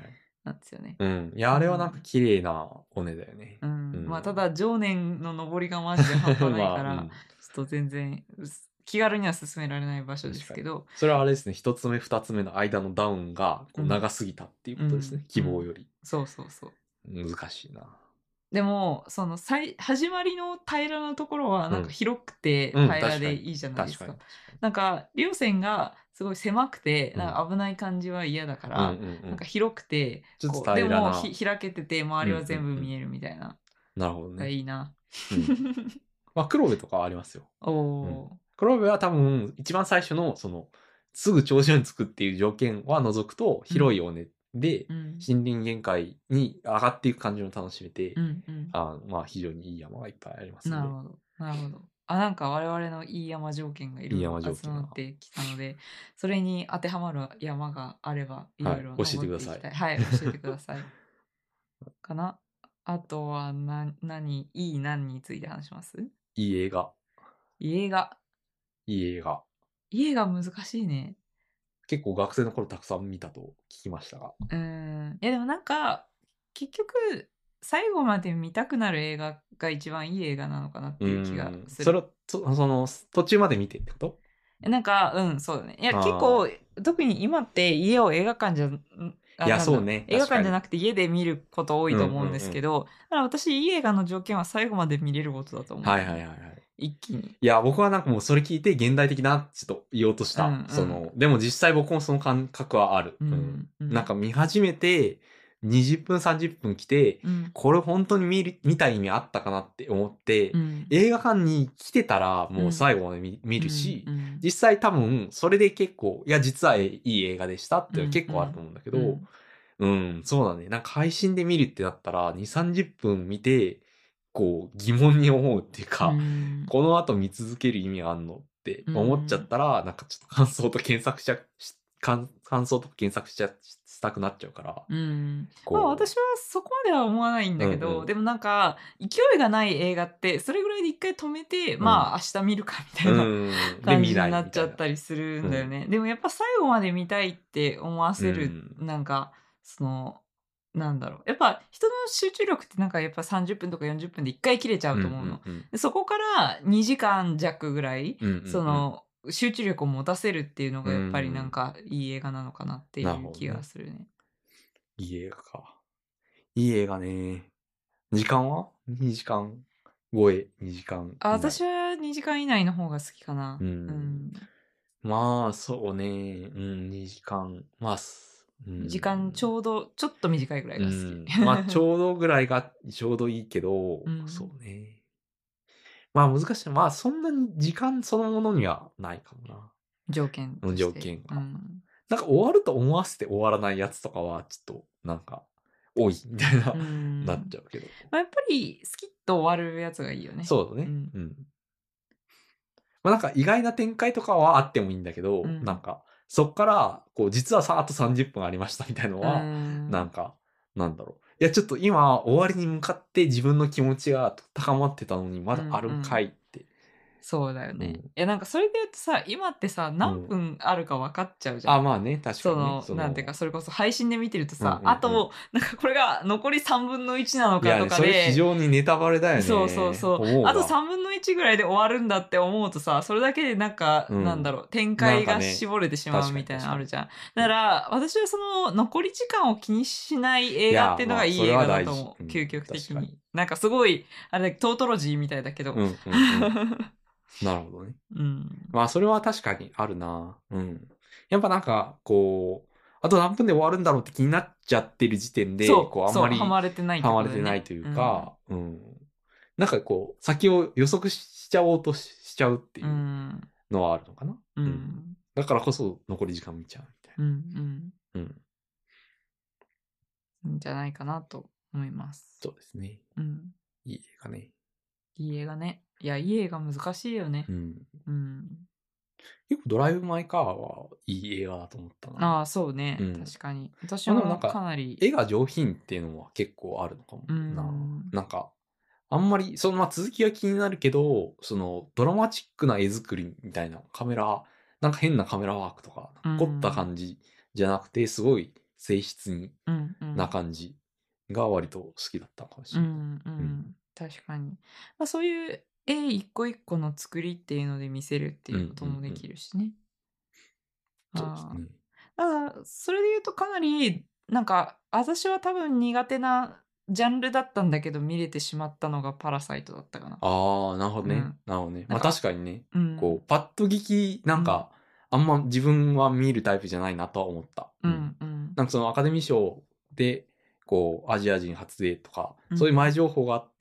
なんですよね。 うん。いや、あれはなんか綺麗な尾根だよね。 うん。 うんまあ、ただ、常年の登りがマジで半端ないから、 まあうんちょっと全然、気軽には進められない場所ですけど。 それはあれですね、一つ目、二つ目の間のダウンがこう長すぎたっていうことですね。 うん希望より、 うん。そうそうそう。 難しいな。 でも、その最、始まりの平らなところは、なんか広くてうん平らでいいじゃないですか。 確かに確かになんか、稜線がすごい狭くて、 うんなんか危ない感じは嫌だから、 うんうんうんなんか広くて、 ちょっとこう、で平らなもひ開けてて、周りは全部見えるみたいな。 なるほどね。 がいいな。 うんまあ、黒部とかはありますよ。 おおー、 黒部は多分、一番最初の、その、すぐ頂上に着くっていう条件は除くと、広い尾根で、 うん。 森林限界に上がっていく感じも楽しめて、 うんうん。 あまあ、非常にいい山がいっぱいありますんで。 なるほど。なるほど。あ、なんか我々のいい山条件がいろいろいい山条件が集まってきたので、それに当てはまる山があれば、いろいろはい教えてください登っていきたい。はい、教えてください。かな。あとは、な、何、いい何について話します？ いい映画。 映画。 いい映画。 映画難しいね。 結構学生の頃たくさん見たと聞きましたが。 うーん。いやでもなんか、結局、最後まで見たくなる映画が一番いい映画なのかなっていう気がする。 それは、そその、途中まで見てってこと？ なんか、うん、そうだね。いや、 あー結構、特に今って家を映画館じゃ、んあいやなんだそうね映画館じゃ確かなくて家で見ること多いと思うんですけど、だから私、いい映画の条件は最後まで見れることだと思う。 はいはいはいはい。 一気に。 いや、僕はなんかもうそれ聞いて現代的な、ちょっと言おうとした。 うんうんその、でも実際僕もその感覚はある。 うんうんうんなんか見始めて、にじゅっぷんさんじゅっぷん来て、 うんこれ本当に見る見た意味あったかなって思って、 うん映画館に来てたらもう最後まで見,、見るし、 うんうん実際多分それで結構、いや実はいい映画でしたって結構あると思うんだけど、 うんうん、そうだね。なんか配信で見るってなったら、に、さんじゅっぷん見て、こう、疑問に思うっていうか、 うんこの後見続ける意味あんのって思っちゃったら、なんかちょっと感想と検索しちゃ、し感感想とか検索しちゃ、したくなっちゃうから。 うん。 こうまあ私はそこまでは思わないんだけど、 うんうんでもなんか、勢いがない映画って、それぐらいで一回止めて、まあ明日見るかみたいなうん。で、 感見ないじになっちゃみたいな。 ったりするんだよね。でもやっぱ最後まで見たいって思わせる、 うんなんか、その、なんだろう。やっぱ人の集中力ってなんかやっぱさんじゅっぷんとかよんじゅっぷんで一回切れちゃうと思うの。 うんうんでそこからにじかん弱ぐらい、 うんうんうんその、集中力を持たせるっていうのがやっぱりなんかいい映画なのかなっていう気がするね。 いい映画か。いい映画ね。時間は ?に 時間超え、にじかん以内。 あ、私はにじかん以内の方が好きかな。 うんうんまあ、そうね。うん、にじかん。まあ、すうん時間ちょうど、ちょっと短いぐらいが好き。 うんまあ、ちょうどぐらいがちょうどいいけど、 うんそうね。まあ、難しい。まあ、そんなに時間そのものにはないかもな。 条件として。 条件がうんなんか終わると思わせて終わらないやつとかは、ちょっと、なんか、多いみたいな、 うんなっちゃうけど。 まあ、やっぱり、スキッと終わるやつがいいよね。 そうだね。 うんうん。まあなんか意外な展開とかはあってもいいんだけど、 うんなんか、そっから、こう、実はさ、あとさんじゅっぷんありましたみたいなのは、 うんなんか、なんだろう。いや、ちょっと今、終わりに向かって自分の気持ちが高まってたのに、まだあるんかいって。 そうだよね。 うんいや、なんかそれで言うとさ、今ってさ、何分あるか分かっちゃうじゃん。 あ、まあね、確かに、ね。 その、 そなんていうか、それこそ配信で見てるとさ、 うんうんうんあと、なんかこれが残りさんぶんのいちなのいや、 かとかそれ非で、 常にネタバレだよね。 そうそうそう。 思うわあとさんぶんのいちぐらいで終わるんだって思うとさ、それだけでなんか、 うんなんだろう、展開がなんかね絞れてしまう確かにみたいなのあるじゃん。だから、私はその、残り時間を気にしない映画っていうのがいい映画だと思う。 いやまあそれは大事うん究極的確かにに。なんかすごい、あれだトートロジーみたいだけど。 うんうんうんなるほどね。 うん。 まあ、それは確かにあるな。うん。やっぱなんか、こう、あと何分で終わるんだろうって気になっちゃってる時点で、 そう、 こう、あんまり、 そうハマれてないってハマことだよねれてないというか、うん。なんかこう、先を予測しちゃおうとししちゃうっていううんのはあるのかな。 うんうんだからこそ残り時間見ちゃうみたいうんな。うん。 うん。じゃないかなと思います。 そうですね。 うん。 いい映画ね。 いい映画ね。いや、いい映画難しいよねう。ん。 うん。 結構ドライブ・マイ・カーはいい映画だと思ったな。 ああ、そうね。 うん確かに。私もまあでもなんかかなり。 絵が上品っていうのは結構あるのかもな。 うんなんか、あんまり、そのまあ続きが気になるけど、そのドラマチックな絵作りみたいなカメラ、なんか変なカメラワークとか、 うん凝った感じじゃなくて、すごい性質に、 うんうん、 な感じが割と好きだったかもしれない。 うんうんうん、確かに。まあ、そういう絵一個一個の作りっていうので見せるっていうこともできるしね。 そうですね。 ああ、それで言うとかなり、なんか、私は多分苦手なジャンルだったんだけど、見れてしまったのがパラサイトだったかな。 ああ、なるほどね。 うん、 なるほどね。まあなんか確かにね、 うん、 こう、パッと聞き、なんか、あんま自分は見るタイプじゃないなとは思った。 ううんんうんなんかそのアカデミー賞で、こう、アジア人初でとか、 うんそういう前情報があって、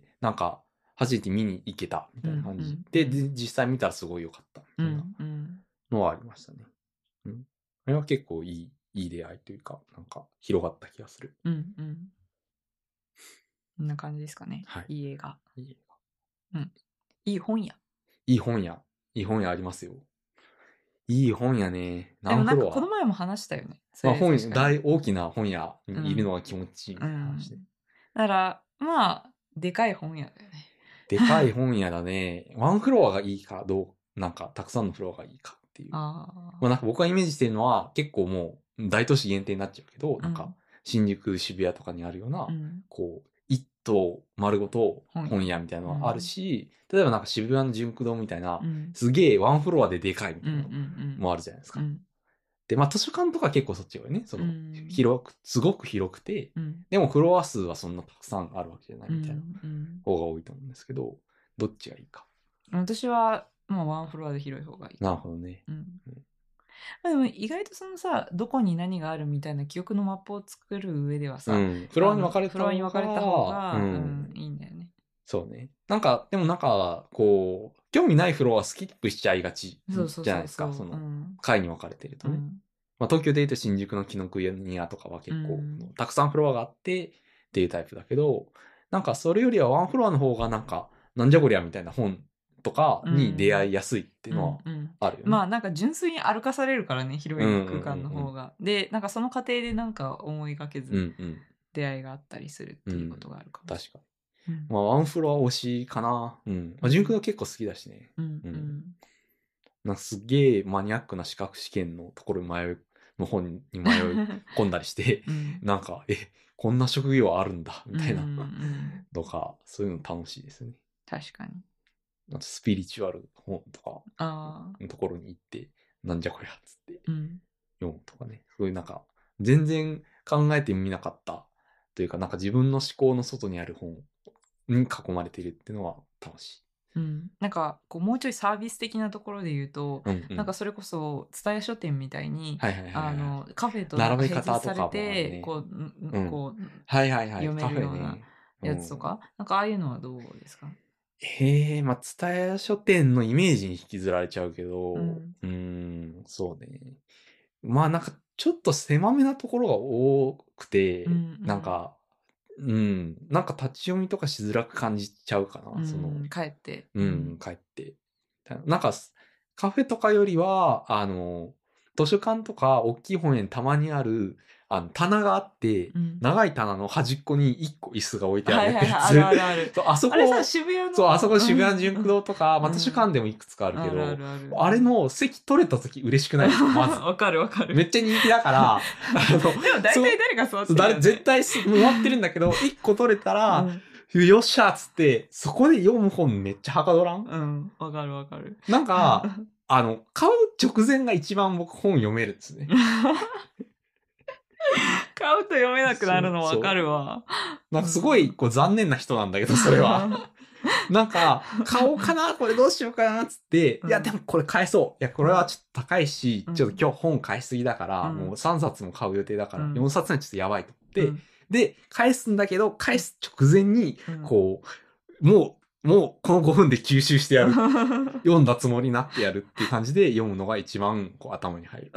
なんか、初めて見に行けたみたいな感じ。 うんうんで、 うんで実際見たらすごい良かったみうたいなんうんのはありましたね。うん。あれは結構いい、いい出会いというか、なんか広がった気がする。 うんうん。こんな感じですかね。 はい。 いい映画。 いい映うん。いい本や。 いい本屋。いい本屋ありますよ。いい本屋ね。 でもなんか何フロアこの前も話したよね。そまあ本、 れ確かに。 大、大きな本屋うんにいるのが気持ちいいみうたいな話で。 ん。だから、まあ、でかい本屋だよね。 でかい本屋だね。ワンフロアがいいか、どう、なんか、たくさんのフロアがいいかっていう。 あまあなんか僕がイメージしてるのは、結構もう、大都市限定になっちゃうけど、 あ。 なんか、新宿、渋谷とかにあるような、 うん、 こう、一棟丸ごと本屋本屋みたいなのがあるし、例えばなんか渋谷の純駆堂みたいな、 うんすげえワンフロアででかいみたいなのうんうんもあるじゃないですか。 うんで、まあ図書館とか結構そっちがね、その、 うん広く、すごく広くて、 うんでもフロア数はそんなたくさんあるわけじゃないみたいなうんうん方が多いと思うんですけど、どっちがいいか。 私は、まあ、ワンフロアで広い方がいい。 なるほどね。 うんまあ、でも意外とそのさ、どこに何があるみたいな記憶のマップを作る上ではさ、 うん。フロアに分かれたフロアに分かれた方が、 ううんん、いいんだよね。 そうね。なんか、でもなんか、こう、興味ないフロアスキップしちゃいがちじそうそうそうそうゃないですか。その、 うん階に分かれてるとね。 うんまあ、東京で言うと新宿の紀ノ国屋とかは結構、 うんたくさんフロアがあってっていうタイプだけど、なんかそれよりはワンフロアの方がなんか、なんじゃこりゃみたいな本とかに出会いやすいっていうのはうんうんあるよね。 まあなんか純粋に歩かされるからね、広い空間の方が。で、なんかその過程でなんか思いがけずうんうん。 出会いがあったりするっていうことがあるかもし確かに。 れない。 まあ、ワンフロア推しかな。うん。まあ、純駆動結構好きだしね。 うんううんんなんかすっげえマニアックな資格試験のところに迷い、の本に迷い込んだりして、 うんなんか、え、こんな職業あるんだ、みたいな、 うんうんとか、そういうの楽しいですね。 確かに。 あとスピリチュアル本とかああ。 のところに行って、なんじゃこりゃっつってうん読むとかね。そういうなんか、全然考えてみなかったというか、なんか自分の思考の外にある本に囲まれているっていうのは楽しい。 うん、なんかこうもうちょいサービス的なところで言うと、 うんうん、 なんかそれこそ蔦屋書店みたいに、 はいはいはいはい、 あのカフェとなんか並べ併設され方とかもあるて、 ね。 こう、 うん、 こうはいはいはい、 読めるようなやつとか、 うん、 なんかああいうのはどうですか？ へえ、まあ、蔦屋書店のイメージに引きずられちゃうけど、 うん、ーんそうね。まあなんかちょっと狭めなところが多くて、 うんうんなんか、うん、なんか立ち読みとかしづらく感じちゃうかな、 うん、 その、 帰って。 うん、帰って。なんか、カフェとかよりは、あの、図書館とか大きい本屋にたまにある、あの、棚があって、 うん、 長い棚の端っこに一個椅子が置いてあはいはいるやつ。 はい、あるあるある。 そうあそこ、 あれさ、渋谷の。 そう、あそこ渋谷純駆動とか、 うんまあ図書館でもいくつかあるけど、 あるあるあるあれの席取れた時嬉しくないですか、まず。 わかるわかる。 めっちゃ人気だから、あの、 でも大体誰が座ってるんだよね、 絶対回ってるんだけど、一個取れたら、うん、よっしゃっつって、そこで読む本めっちゃはかどらん？ うん、わかるわかる。 なんか、あの、買う直前が一番僕本読めるんですね。 買うと読めなくなるのわかるわ。 なんかすごいこう残念な人なんだけど、それは。なんか、買おうかなこれどうしようかなっつって、うん、いや、でもこれ買えそう。いや、これはちょっと高いし、うん、ちょっと今日本買いすぎだから、うん、もうさんさつも買う予定だから、うん、よんさつ目はちょっとやばいと思って、うん、で、返すんだけど、返す直前に、こう、もう、もうこのごふんで吸収してやる。読んだつもりになってやるっていう感じで読むのが一番こう頭に入る。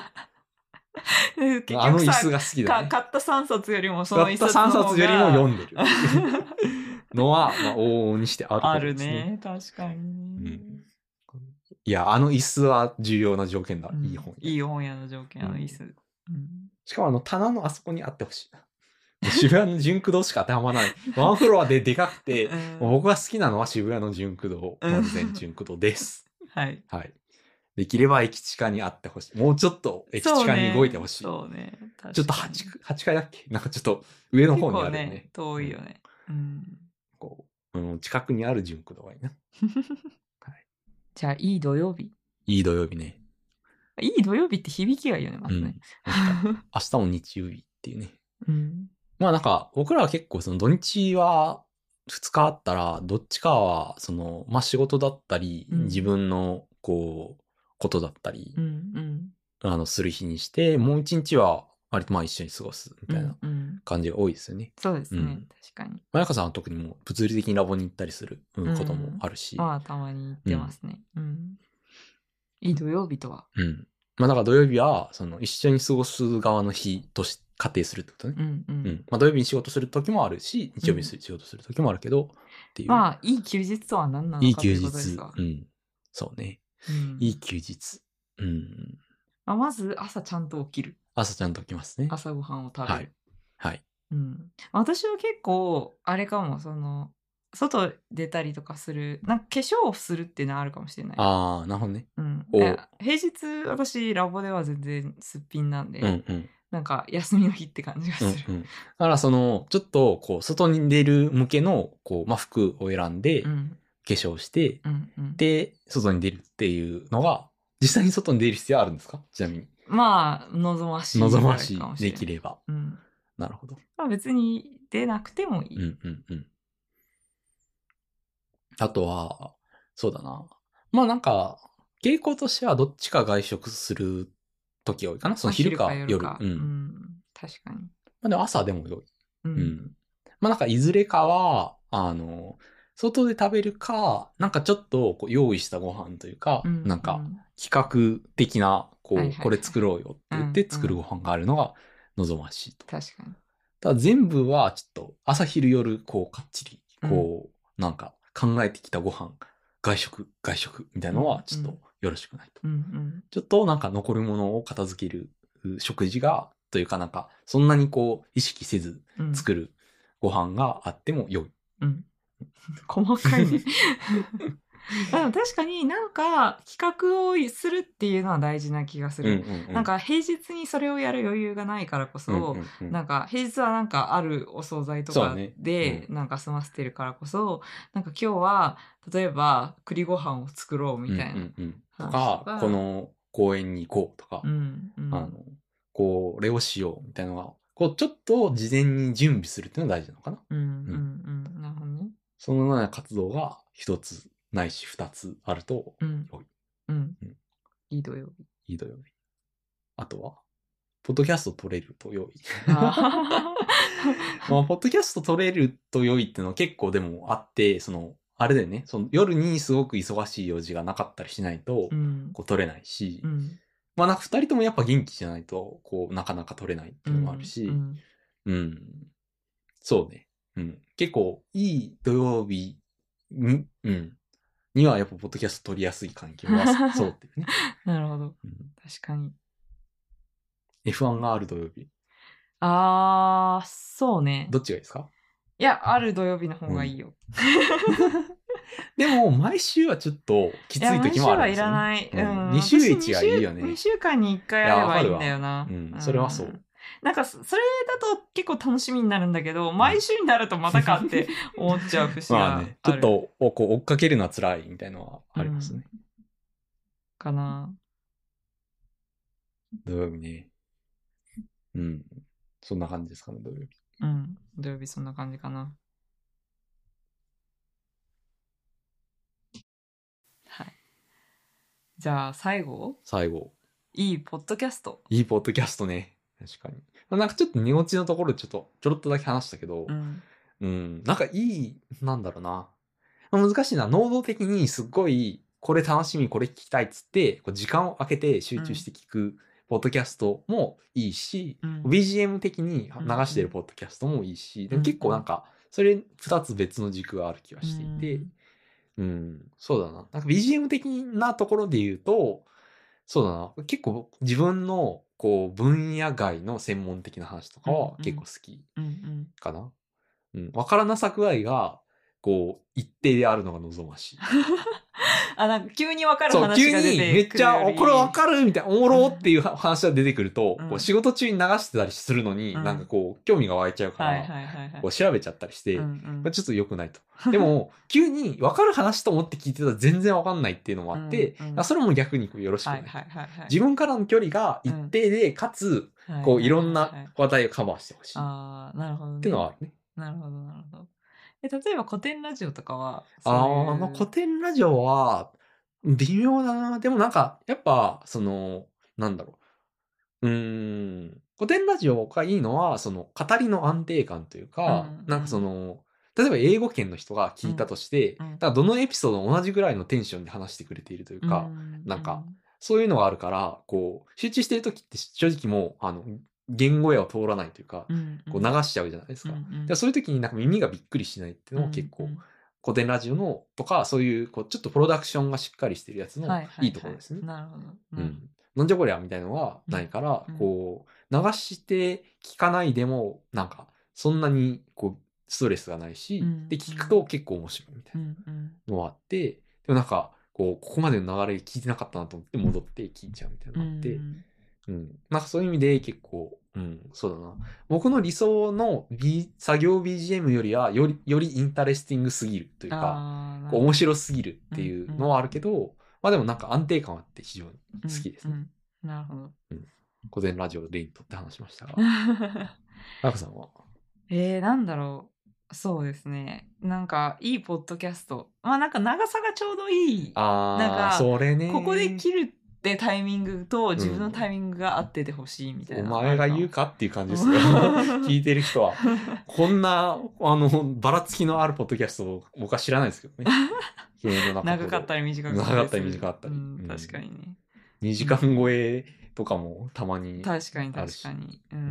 結局さ、 あの椅子が好きだね。 買ったさんさつよりもその買ったさんさつよりも読んでるのは、まあ、往々にしてあることですね。 あるね、確かに、ねうん。いや、あの椅子は重要な条件だ。うん、いい本屋。いい本屋の条件、あの椅子。うん、 しかもあの棚のあそこにあってほしいな。渋谷の純駆動しか当てはまらない。ワンフロアででかくて、うん、僕が好きなのは渋谷の純駆動、丸善純駆動です。 はい。 はい。 できれば駅地下にあってほしい。もうちょっと駅地下に動いてほしい。 そうね。そうね。 ちょっと 8, 8階だっけなんかちょっと上の方にあるよね。 結構ね、遠いよね。うん。 こう、うん、近くにある純駆動がいいな。 はい、じゃあ、いい土曜日。 いい土曜日ね。 いい土曜日って響きがいいよね、まずね。 うん、明日も日曜日っていうね。 うん、まあなんか、僕らは結構その土日はふつかあったら、どっちかは、その、まあ、仕事だったり、うん、自分の、こう、ことだったり、うんうん、あの、する日にして、もう一日は、割とまあ一緒に過ごすみたいな感じが多いですよね。うんうん、 そうですね、うん、確かに。 まやかさんは特にもう物理的にラボに行ったりすることもあるし。 うん、まあ、たまに行ってますね。うん。うん、いい土曜日とは。 うん。まあ、だから土曜日は、その、一緒に過ごす側の日として、仮定するってことね。うんうん。うん、まあ土曜日に仕事する時もあるし、日曜日に仕事する時もあるけど、うん、っていう。 まあ、いい休日とは何なのかということですわ。 いい休日。うん。そうね。うん、いい休日。うん。 まあ、まず、朝ちゃんと起きる。 朝ちゃんと起きますね。 朝ごはんを食べる。 はい。はい。 うん。私は結構、あれかも、その、外出たりとかする、なんか化粧をするっていうのはあるかもしれない。 ああ、なるほどね。 うん。平日、私、ラボでは全然すっぴんなんで、うんうん、なんか休みの日って感じがする。 うんうん、だからその、ちょっと、こう、外に出る向けの、こう、まあ、服を選んで、化粧して、うんうん、で、外に出るっていうのが、実際に外に出る必要あるんですか？ちなみに。 まあ、望ましい。 望ましい。できれば。 うん。 なるほど。 まあ別に出なくてもいい。 うんうんうん。あとは、そうだな。まあなんか、傾向としてはどっちか外食する時多いかな。その昼か夜か。 うん、うん。確かに。 まあでも朝でも良い。うん。うん、まあなんかいずれかは、あの、外で食べるか、なんかちょっとこう用意したご飯というか、うんうん、なんか企画的な、こう、はいはいはい、これ作ろうよって言って作るご飯があるのが望ましいと。 確かに。 ただ全部はちょっと朝昼夜こうかっちり、こう、うん、なんか考えてきたご飯、外食、外食みたいなのはちょっとよろしくないと。うんうん、ちょっとなんか残るものを片付ける食事が、というかなんか、そんなにこう意識せず作るご飯があっても良い。 うん。細かいね。確かになんか企画をするっていうのは大事な気がする、うんうんうん、なんか平日にそれをやる余裕がないからこそ、うんうんうん、なんか平日はなんかあるお惣菜とかでなんか済ませてるからこそ、なんか今日は例えば栗ご飯を作ろうみたいな、うんうんうん、 とかこの公園に行こうとか、うんうん、あのこれをしようみたいなのがこうちょっと事前に準備するっていうのが大事なのかな。うんうんうん、なるほどね。そのような活動が一つないし二つあると良い。うん。 うん。うん、いい土曜日。 いい土曜日。あとは、ポッドキャスト撮れると良い。まあ、ポッドキャスト撮れると良いっていうのは結構でもあって、その、あれだよね。その夜にすごく忙しい用事がなかったりしないと、こう撮れないし、うん、まあなんか二人ともやっぱ元気じゃないと、こうなかなか撮れないっていうのもあるし、うん。うんうん、そうね。うん。結構いい土曜日に、うん。にはやっぱポッドキャスト撮りやすい環境はそうっていうね。 なるほど、うん。確かに。 エフワン がある土曜日。 あー、そうね。 どっちがいいですか？ いや、ある土曜日の方がいいよ。 うん、でも、毎週はちょっときつい時もあるんですよ、ね。 毎週はいらない。うん。 に週いちがいいよね。 にしゅうかんにいっかいあればいいんだよな。 うん。それはそう。 なんか、それだと結構楽しみになるんだけど、毎週になるとまたかって思っちゃう節がある。まあね、 ちょっとこう追っかけるのは辛いみたいなのはありますね。うん、 かな。 土曜日ね。うん。そんな感じですかね、土曜日。 うん。土曜日そんな感じかな。はい。じゃあ、最後最後。 いいポッドキャスト。 いいポッドキャストね。確かに。なんかちょっと寝落ちのところちょっと、ちょろっとだけ話したけど、うん。うん、なんかいい、なんだろうな。難しいな。能動的にすっごい、これ楽しみ、これ聞きたいっつって、こう時間を空けて集中して聞くポッドキャストもいいし、うん、ビージーエム 的に流してるポッドキャストもいいし、うん、でも結構なんか、それ二つ別の軸がある気がしていて、うん、うん、そうだな。なんか ビージーエム 的なところで言うと、そうだな。結構自分のこう分野外の専門的な話とかは結構好きかな。うん、うん。わからなさ具合がこう、一定であるのが望ましい。 あ、なんか急に分かる話が出てくるより。 そう、急にめっちゃ、これ分かるみたいな、おもろっていう話が出てくると、うん、こう仕事中に流してたりするのに、うん、なんかこう、興味が湧いちゃうから、こう調べちゃったりして、うんうん、ちょっと良くないと。でも、急に分かる話と思って聞いてたら全然分かんないっていうのもあって、うんうん、それも逆によろしくない。自分からの距離が一定で、かつ、こう、いろんな話題をカバーしてほしい。 ああ、なるほどね。 っていうのはあるね。 なるほど、なるほど。え、例えば古典ラジオとかはそういうああ、まあ、古典ラジオは、微妙だな。でもなんか、やっぱ、その、なんだろう。うーん。古典ラジオがいいのは、その、語りの安定感というか、うんうん、なんかその、例えば英語圏の人が聞いたとして、うんうん、だからどのエピソードも同じぐらいのテンションで話してくれているというか、うんうん、なんか、そういうのがあるから、こう、集中してる時って正直もう、あの、言語やを通らないというか、うんうん、こう流しちゃうじゃないですか。うんうん、でそういう時になんか耳がびっくりしないっていうのも結構、うんうん、古典ラジオのとか、そういう、こう、ちょっとプロダクションがしっかりしてるやつのいいところですね。 はいはいはい、なるほど。 うん。なんじゃこりゃみたいなのがないから、うん、こう、流して聞かないでも、なんか、そんなに、こう、ストレスがないし、うん、で、聞くと結構面白いみたいなのがあって、でもなんか、こう、ここまでの流れ聞いてなかったなと思って戻って聞いちゃうみたいなのがあって、うん、うん。なんかそういう意味で結構、うん、そうだな。僕の理想の、B、作業 ビージーエム よりは、より、よりインタレスティングすぎるというか、こう面白すぎるっていうのはあるけど、うんうん、まあでもなんか安定感あって非常に好きですね。うんうん、なるほど。 うん。古典ラジオで例にとって話しましたが。あかさんはえー、なんだろう。そうですね。なんか、いいポッドキャスト。まあなんか長さがちょうどいい。 あなんか、 それね。 ここで切るってタイミングと自分のタイミングが合っててほしいみたいな、 うん。お前が言うかっていう感じですよ。聞いてる人は。こんな、あの、ばらつきのあるポッドキャストを僕は知らないですけどね。 長かったり短かったり。 長かったり短かったり。うん、 確かにね。 にじかん超えとかもたまにあるし。 確かに確かに。うん。うん、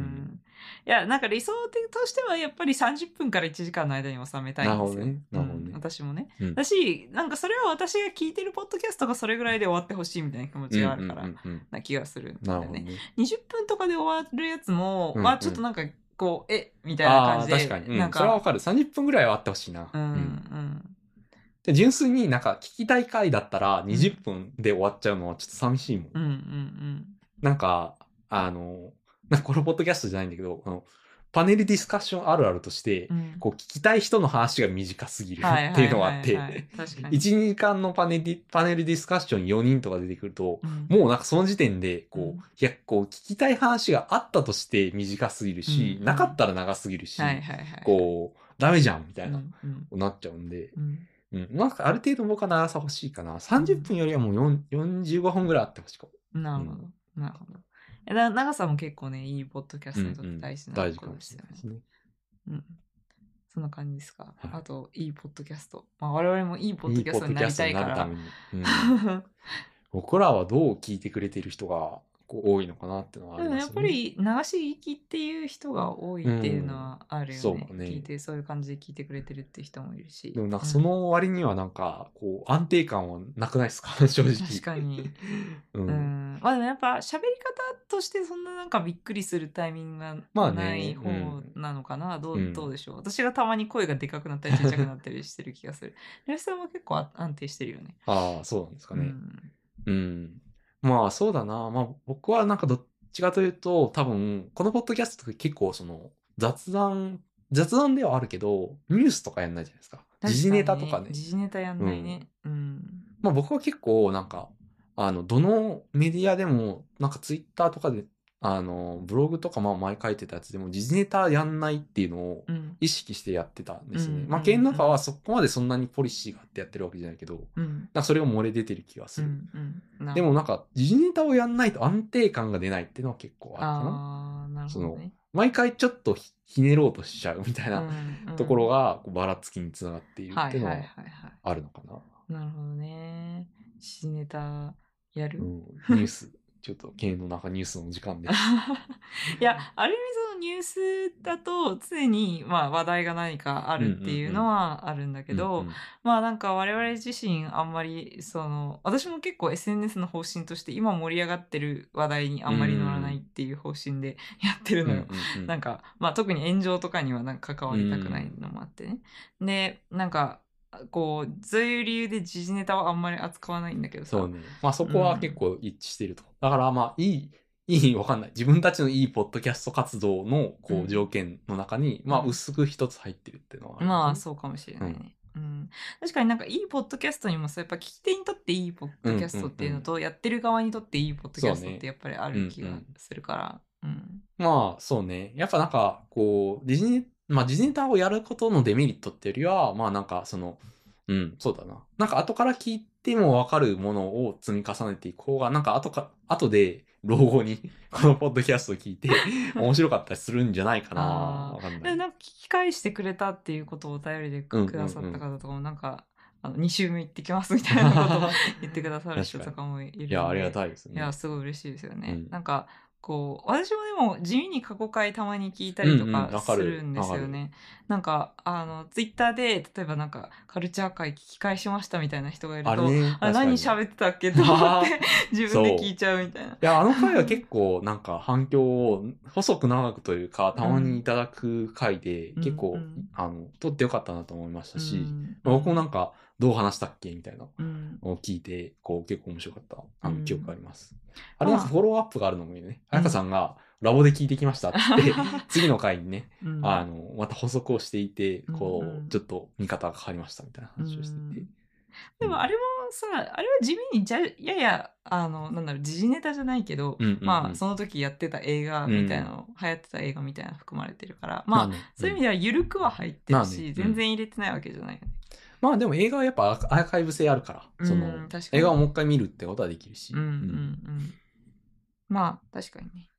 いや、なんか理想としてはやっぱりさんじゅっぷんからいちじかんの間に収めたいんですよ。なるほどね。なるほどね。うん、私もね。うん、だし、なんかそれは私が聞いてるポッドキャストがそれぐらいで終わってほしいみたいな気持ちがあるから、な気がするんだよね。ねにじゅっぷんとかで終わるやつも、うんうん、まあちょっとなんかこう、えみたいな感じで。 確かに。うん、なんかそれはわかる。さんじゅっぷんぐらいはあってほしいな。 うん。うん。 で純粋になんか聞きたい回だったらにじゅっぷんで終わっちゃうのはちょっと寂しいもん。 うんうんうん。 なんか、あの、なんかこのポッドキャストじゃないんだけど、あのパネルディスカッションあるあるとして、うん、こう聞きたい人の話が短すぎるっていうのがあって、いち、にじかんのパネル、パネルディスカッションよにんとか出てくると、うん、もうなんかその時点で、こう、うん、いや、こう聞きたい話があったとして短すぎるし、うん、なかったら長すぎるし、こう、ダメじゃんみたいな、うんうん、なっちゃうんで、うんうん、なんかある程度僕は長さ欲しいかな。さんじゅっぷんよりはもうよんじゅうごふんぐらいあってほしいかも。 なるほど。なるほど。だ長さも結構ね、いいポッドキャストにとって大事なことですよね。うん、うんね、うん。そんな感じですか。はい、あと、いいポッドキャスト。まあ、我々もいいポッドキャストになりたいから。いいポッドキャストになるために。うん、 僕らはどう聞いてくれてる人がこう多いのかなっていうのはありますよね。やっぱり流し聞きっていう人が多いっていうのはあるよね。うん、そうね。聞いて、そういう感じで聞いてくれてるっていう人もいるし。 でもなんかその割にはなんか、こう、安定感はなくないですか正直。 確かに。うん。うん、まあでもやっぱ喋り方としてそんななんかびっくりするタイミングがない方なのかな。まあね、うん、どう、どうでしょう。私がたまに声がでかくなったりちっちゃくなったりしてる気がする。レスさんは結構安定してるよね。 ああ、そうなんですかね。うん。うんまあそうだな。まあ僕はなんかどっちかというと多分このポッドキャストって結構その雑談、雑談ではあるけどニュースとかやんないじゃないですか。時事ネタとかね。 時事ネタやんないね。うん。うん、 まあ僕は結構なんかあのどのメディアでもなんかツイッターとかであのブログとかまあ前書いてたやつでも時事ネタやんないっていうのを意識してやってたんですね。うん、まあ、県の中はそこまでそんなにポリシーがあってやってるわけじゃないけど、うん、なんかそれが漏れ出てる気がする。うんうん、でもなんか時事ネタをやんないと安定感が出ないっていうのは結構あるかな。 あなるほどね、その毎回ちょっとひねろうとしちゃうみたいなところがばらつきにつながっているっていうのはあるのかな。 なるほどね。時事ネタやる、 うん、ニュース。 ちょっと芸の中ニュースの時間で。 いや、ある意味そのニュースだと常にまあ話題が何かあるっていうのはあるんだけど、うんうんうん、まあなんか我々自身あんまりその、私も結構 エスエヌエス の方針として今盛り上がってる話題にあんまり乗らないっていう方針でやってるのよ。うんうんうん、なんか、まあ特に炎上とかにはなんか関わりたくないのもあってね。で、なんか、こうそういう理由で時事ネタはあんまり扱わないんだけどさ。 そうね。まあそこは結構一致してると。うん、だからまあいい、いい、わかんない。自分たちのいいポッドキャスト活動のこう条件の中に、うん、まあ薄く一つ入ってるっていうのはある、ね、 まあそうかもしれないね。うんうん、確かになんかいいポッドキャストにもさ、やっぱ聞き手にとっていいポッドキャストっていうのと、うんうんうん、やってる側にとっていいポッドキャストってやっぱりある気がするから。 うんうんうん、まあそうね。やっぱなんかこう、ディズニー、まあディズニーターをやることのデメリットっていうよりは、まあなんかその、うん、そうだな。なんか後から聞いてもわかるものを積み重ねていく方が、なんか後か、後で老後にこのポッドキャストを聞いて面白かったりするんじゃないかな。わかんない。 なんか聞き返してくれたっていうことをお便りでくださった方とかもなんか、あのに週目行ってきますみたいなことを言ってくださる人とかもいるので。 いや、ありがたいですね。 いや、すごい嬉しいですよね。うん、なんか、こう、私もでも地味に過去回たまに聞いたりとかするんですよね。うんうん、なんか、あの、ツイッターで、例えばなんか、カルチャー界聞き返しましたみたいな人がいると、あれ、ね、あれ何喋ってたっけと思って自分で聞いちゃうみたいな。 いや、あの回は結構なんか反響を細く長くというか、たまにいただく回で、結構、うん、あの、撮ってよかったなと思いましたし、うん、僕もなんか、どう話したっけみたいなのを聞いて、こう結構面白かったあの記憶があります。うん、あれなんかフォローアップがあるのもいいね。あやかさんがラボで聞いてきましたって言って、次の回にね、うん、あの、また補足をしていて、こう、うん、ちょっと見方が変わりましたみたいな話をしていて。うん、 でもあれもさ、あれは地味にじゃやや、あの、なんだろう、時事ネタじゃないけど、うんうんうん、まあ、その時やってた映画みたいなの、うん、流行ってた映画みたいなの含まれてるから、まあ、まあね、そういう意味では緩くは入ってるし、ね、全然入れてないわけじゃないよね。 まあでも映画はやっぱアーカイブ性あるから、その、映画をもう一回見るってことはできるし。 うんうんうん。まあ、確かにね。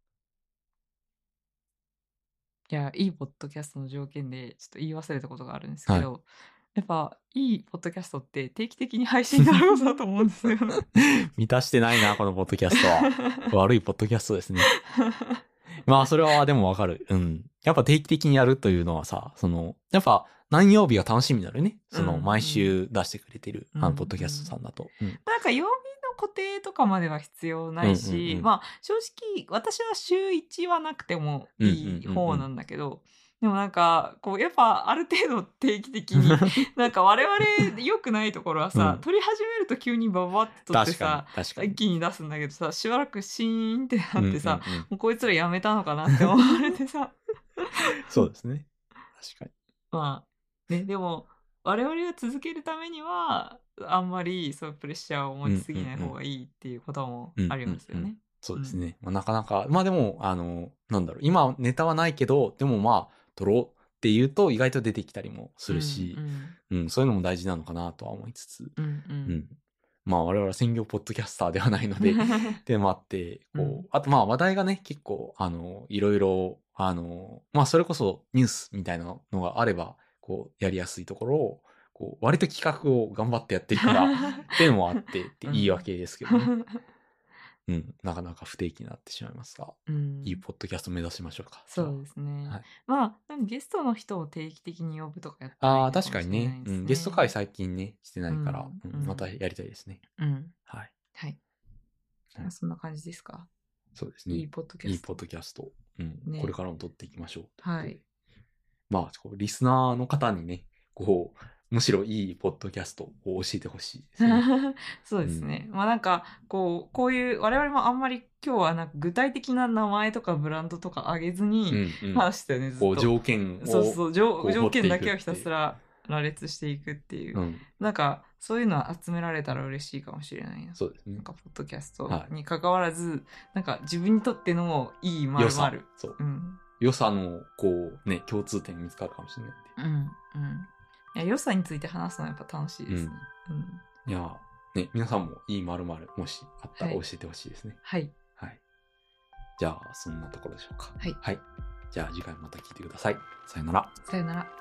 いや、いいポッドキャストの条件で、ちょっと言い忘れたことがあるんですけど、はい、やっぱ、いいポッドキャストって定期的に配信になるのだと思うんですよね。 満たしてないな、このポッドキャストは。悪いポッドキャストですね。まあ、それはでもわかる。うん。やっぱ定期的にやるというのはさ、その、やっぱ何曜日が楽しみになるね。その、毎週出してくれてる、うんうん、あの、ポッドキャストさんだと。うんうん、 なんか曜日の固定とかまでは必要ないし、うんうんうん、まあ、正直、私は週いちはなくてもいい方なんだけど、うんうんうんうん、でもなんか、こう、やっぱある程度定期的に、なんか我々良くないところはさ、うん、撮り始めると急にババって撮ってさ、一気に出すんだけどさ、しばらくシーンってなってさ、うんうんうん、もうこいつらやめたのかなって思われてさ。 そうですね。確かに。 まあ、ね、でも、我々が続けるためには、あんまりそういうプレッシャーを持ちすぎない方がいいっていうこともありますよね。うんうんうん、 そうですね。うん、まあ、なかなか、まあでも、あの、なんだろう、今ネタはないけど、でもまあ、撮ろうっていうと意外と出てきたりもするし、うんうんうん、そういうのも大事なのかなとは思いつつ、うんうんうん、まあ我々は専業ポッドキャスターではないので、ってもあって、こう、うん、あとまあ話題がね、結構、あの、いろいろ、あの、まあそれこそニュースみたいなのがあれば、こう、やりやすいところを、こう、割と企画を頑張ってやってるから、っていうのもあってって言い訳ですけどね。うんうん、なかなか不定期になってしまいますが、うん、いいポッドキャスト目指しましょうか。 そうですね。はい、まあ、ゲストの人を定期的に呼ぶとかやったらいいのかもしれないですね。ああ、確かにね、 うん。ゲスト会最近ね、してないから、うんうん、またやりたいですね。 うん。はい。はい。はい、そんな感じですか。 そうですね。 いいポッドキャスト。 いいポッドキャスト。うん。ね、これからも撮っていきましょう。 はい。 まあ、リスナーの方にね、こう、むしろいいポッドキャストを教えてほしいですね。 そうですね。うん、まあなんか、こう、こういう、我々もあんまり今日はなんか具体的な名前とかブランドとか挙げずに話してたよね、うんうん、ずっと。こう条件を。 そうそう、条、条件だけをひたすら羅列していくっていう。うん、なんか、そういうのは集められたら嬉しいかもしれないな。 そうですね。 なんか、ポッドキャストに関わらず、はい、なんか自分にとってのいいまるまる。 そう。うん、良さの、こう、ね、共通点見つかるかもしれないんで。 うん、うん。いや、良さについて話すのはやっぱ楽しいですね。うん。うん、 いや、ね、皆さんもいい〇〇もしあったら教えてほしいですね。 はい。 はい。じゃあ、そんなところでしょうか。 はい。 はい。じゃあ、次回また聞いてください。さよなら。 さよなら。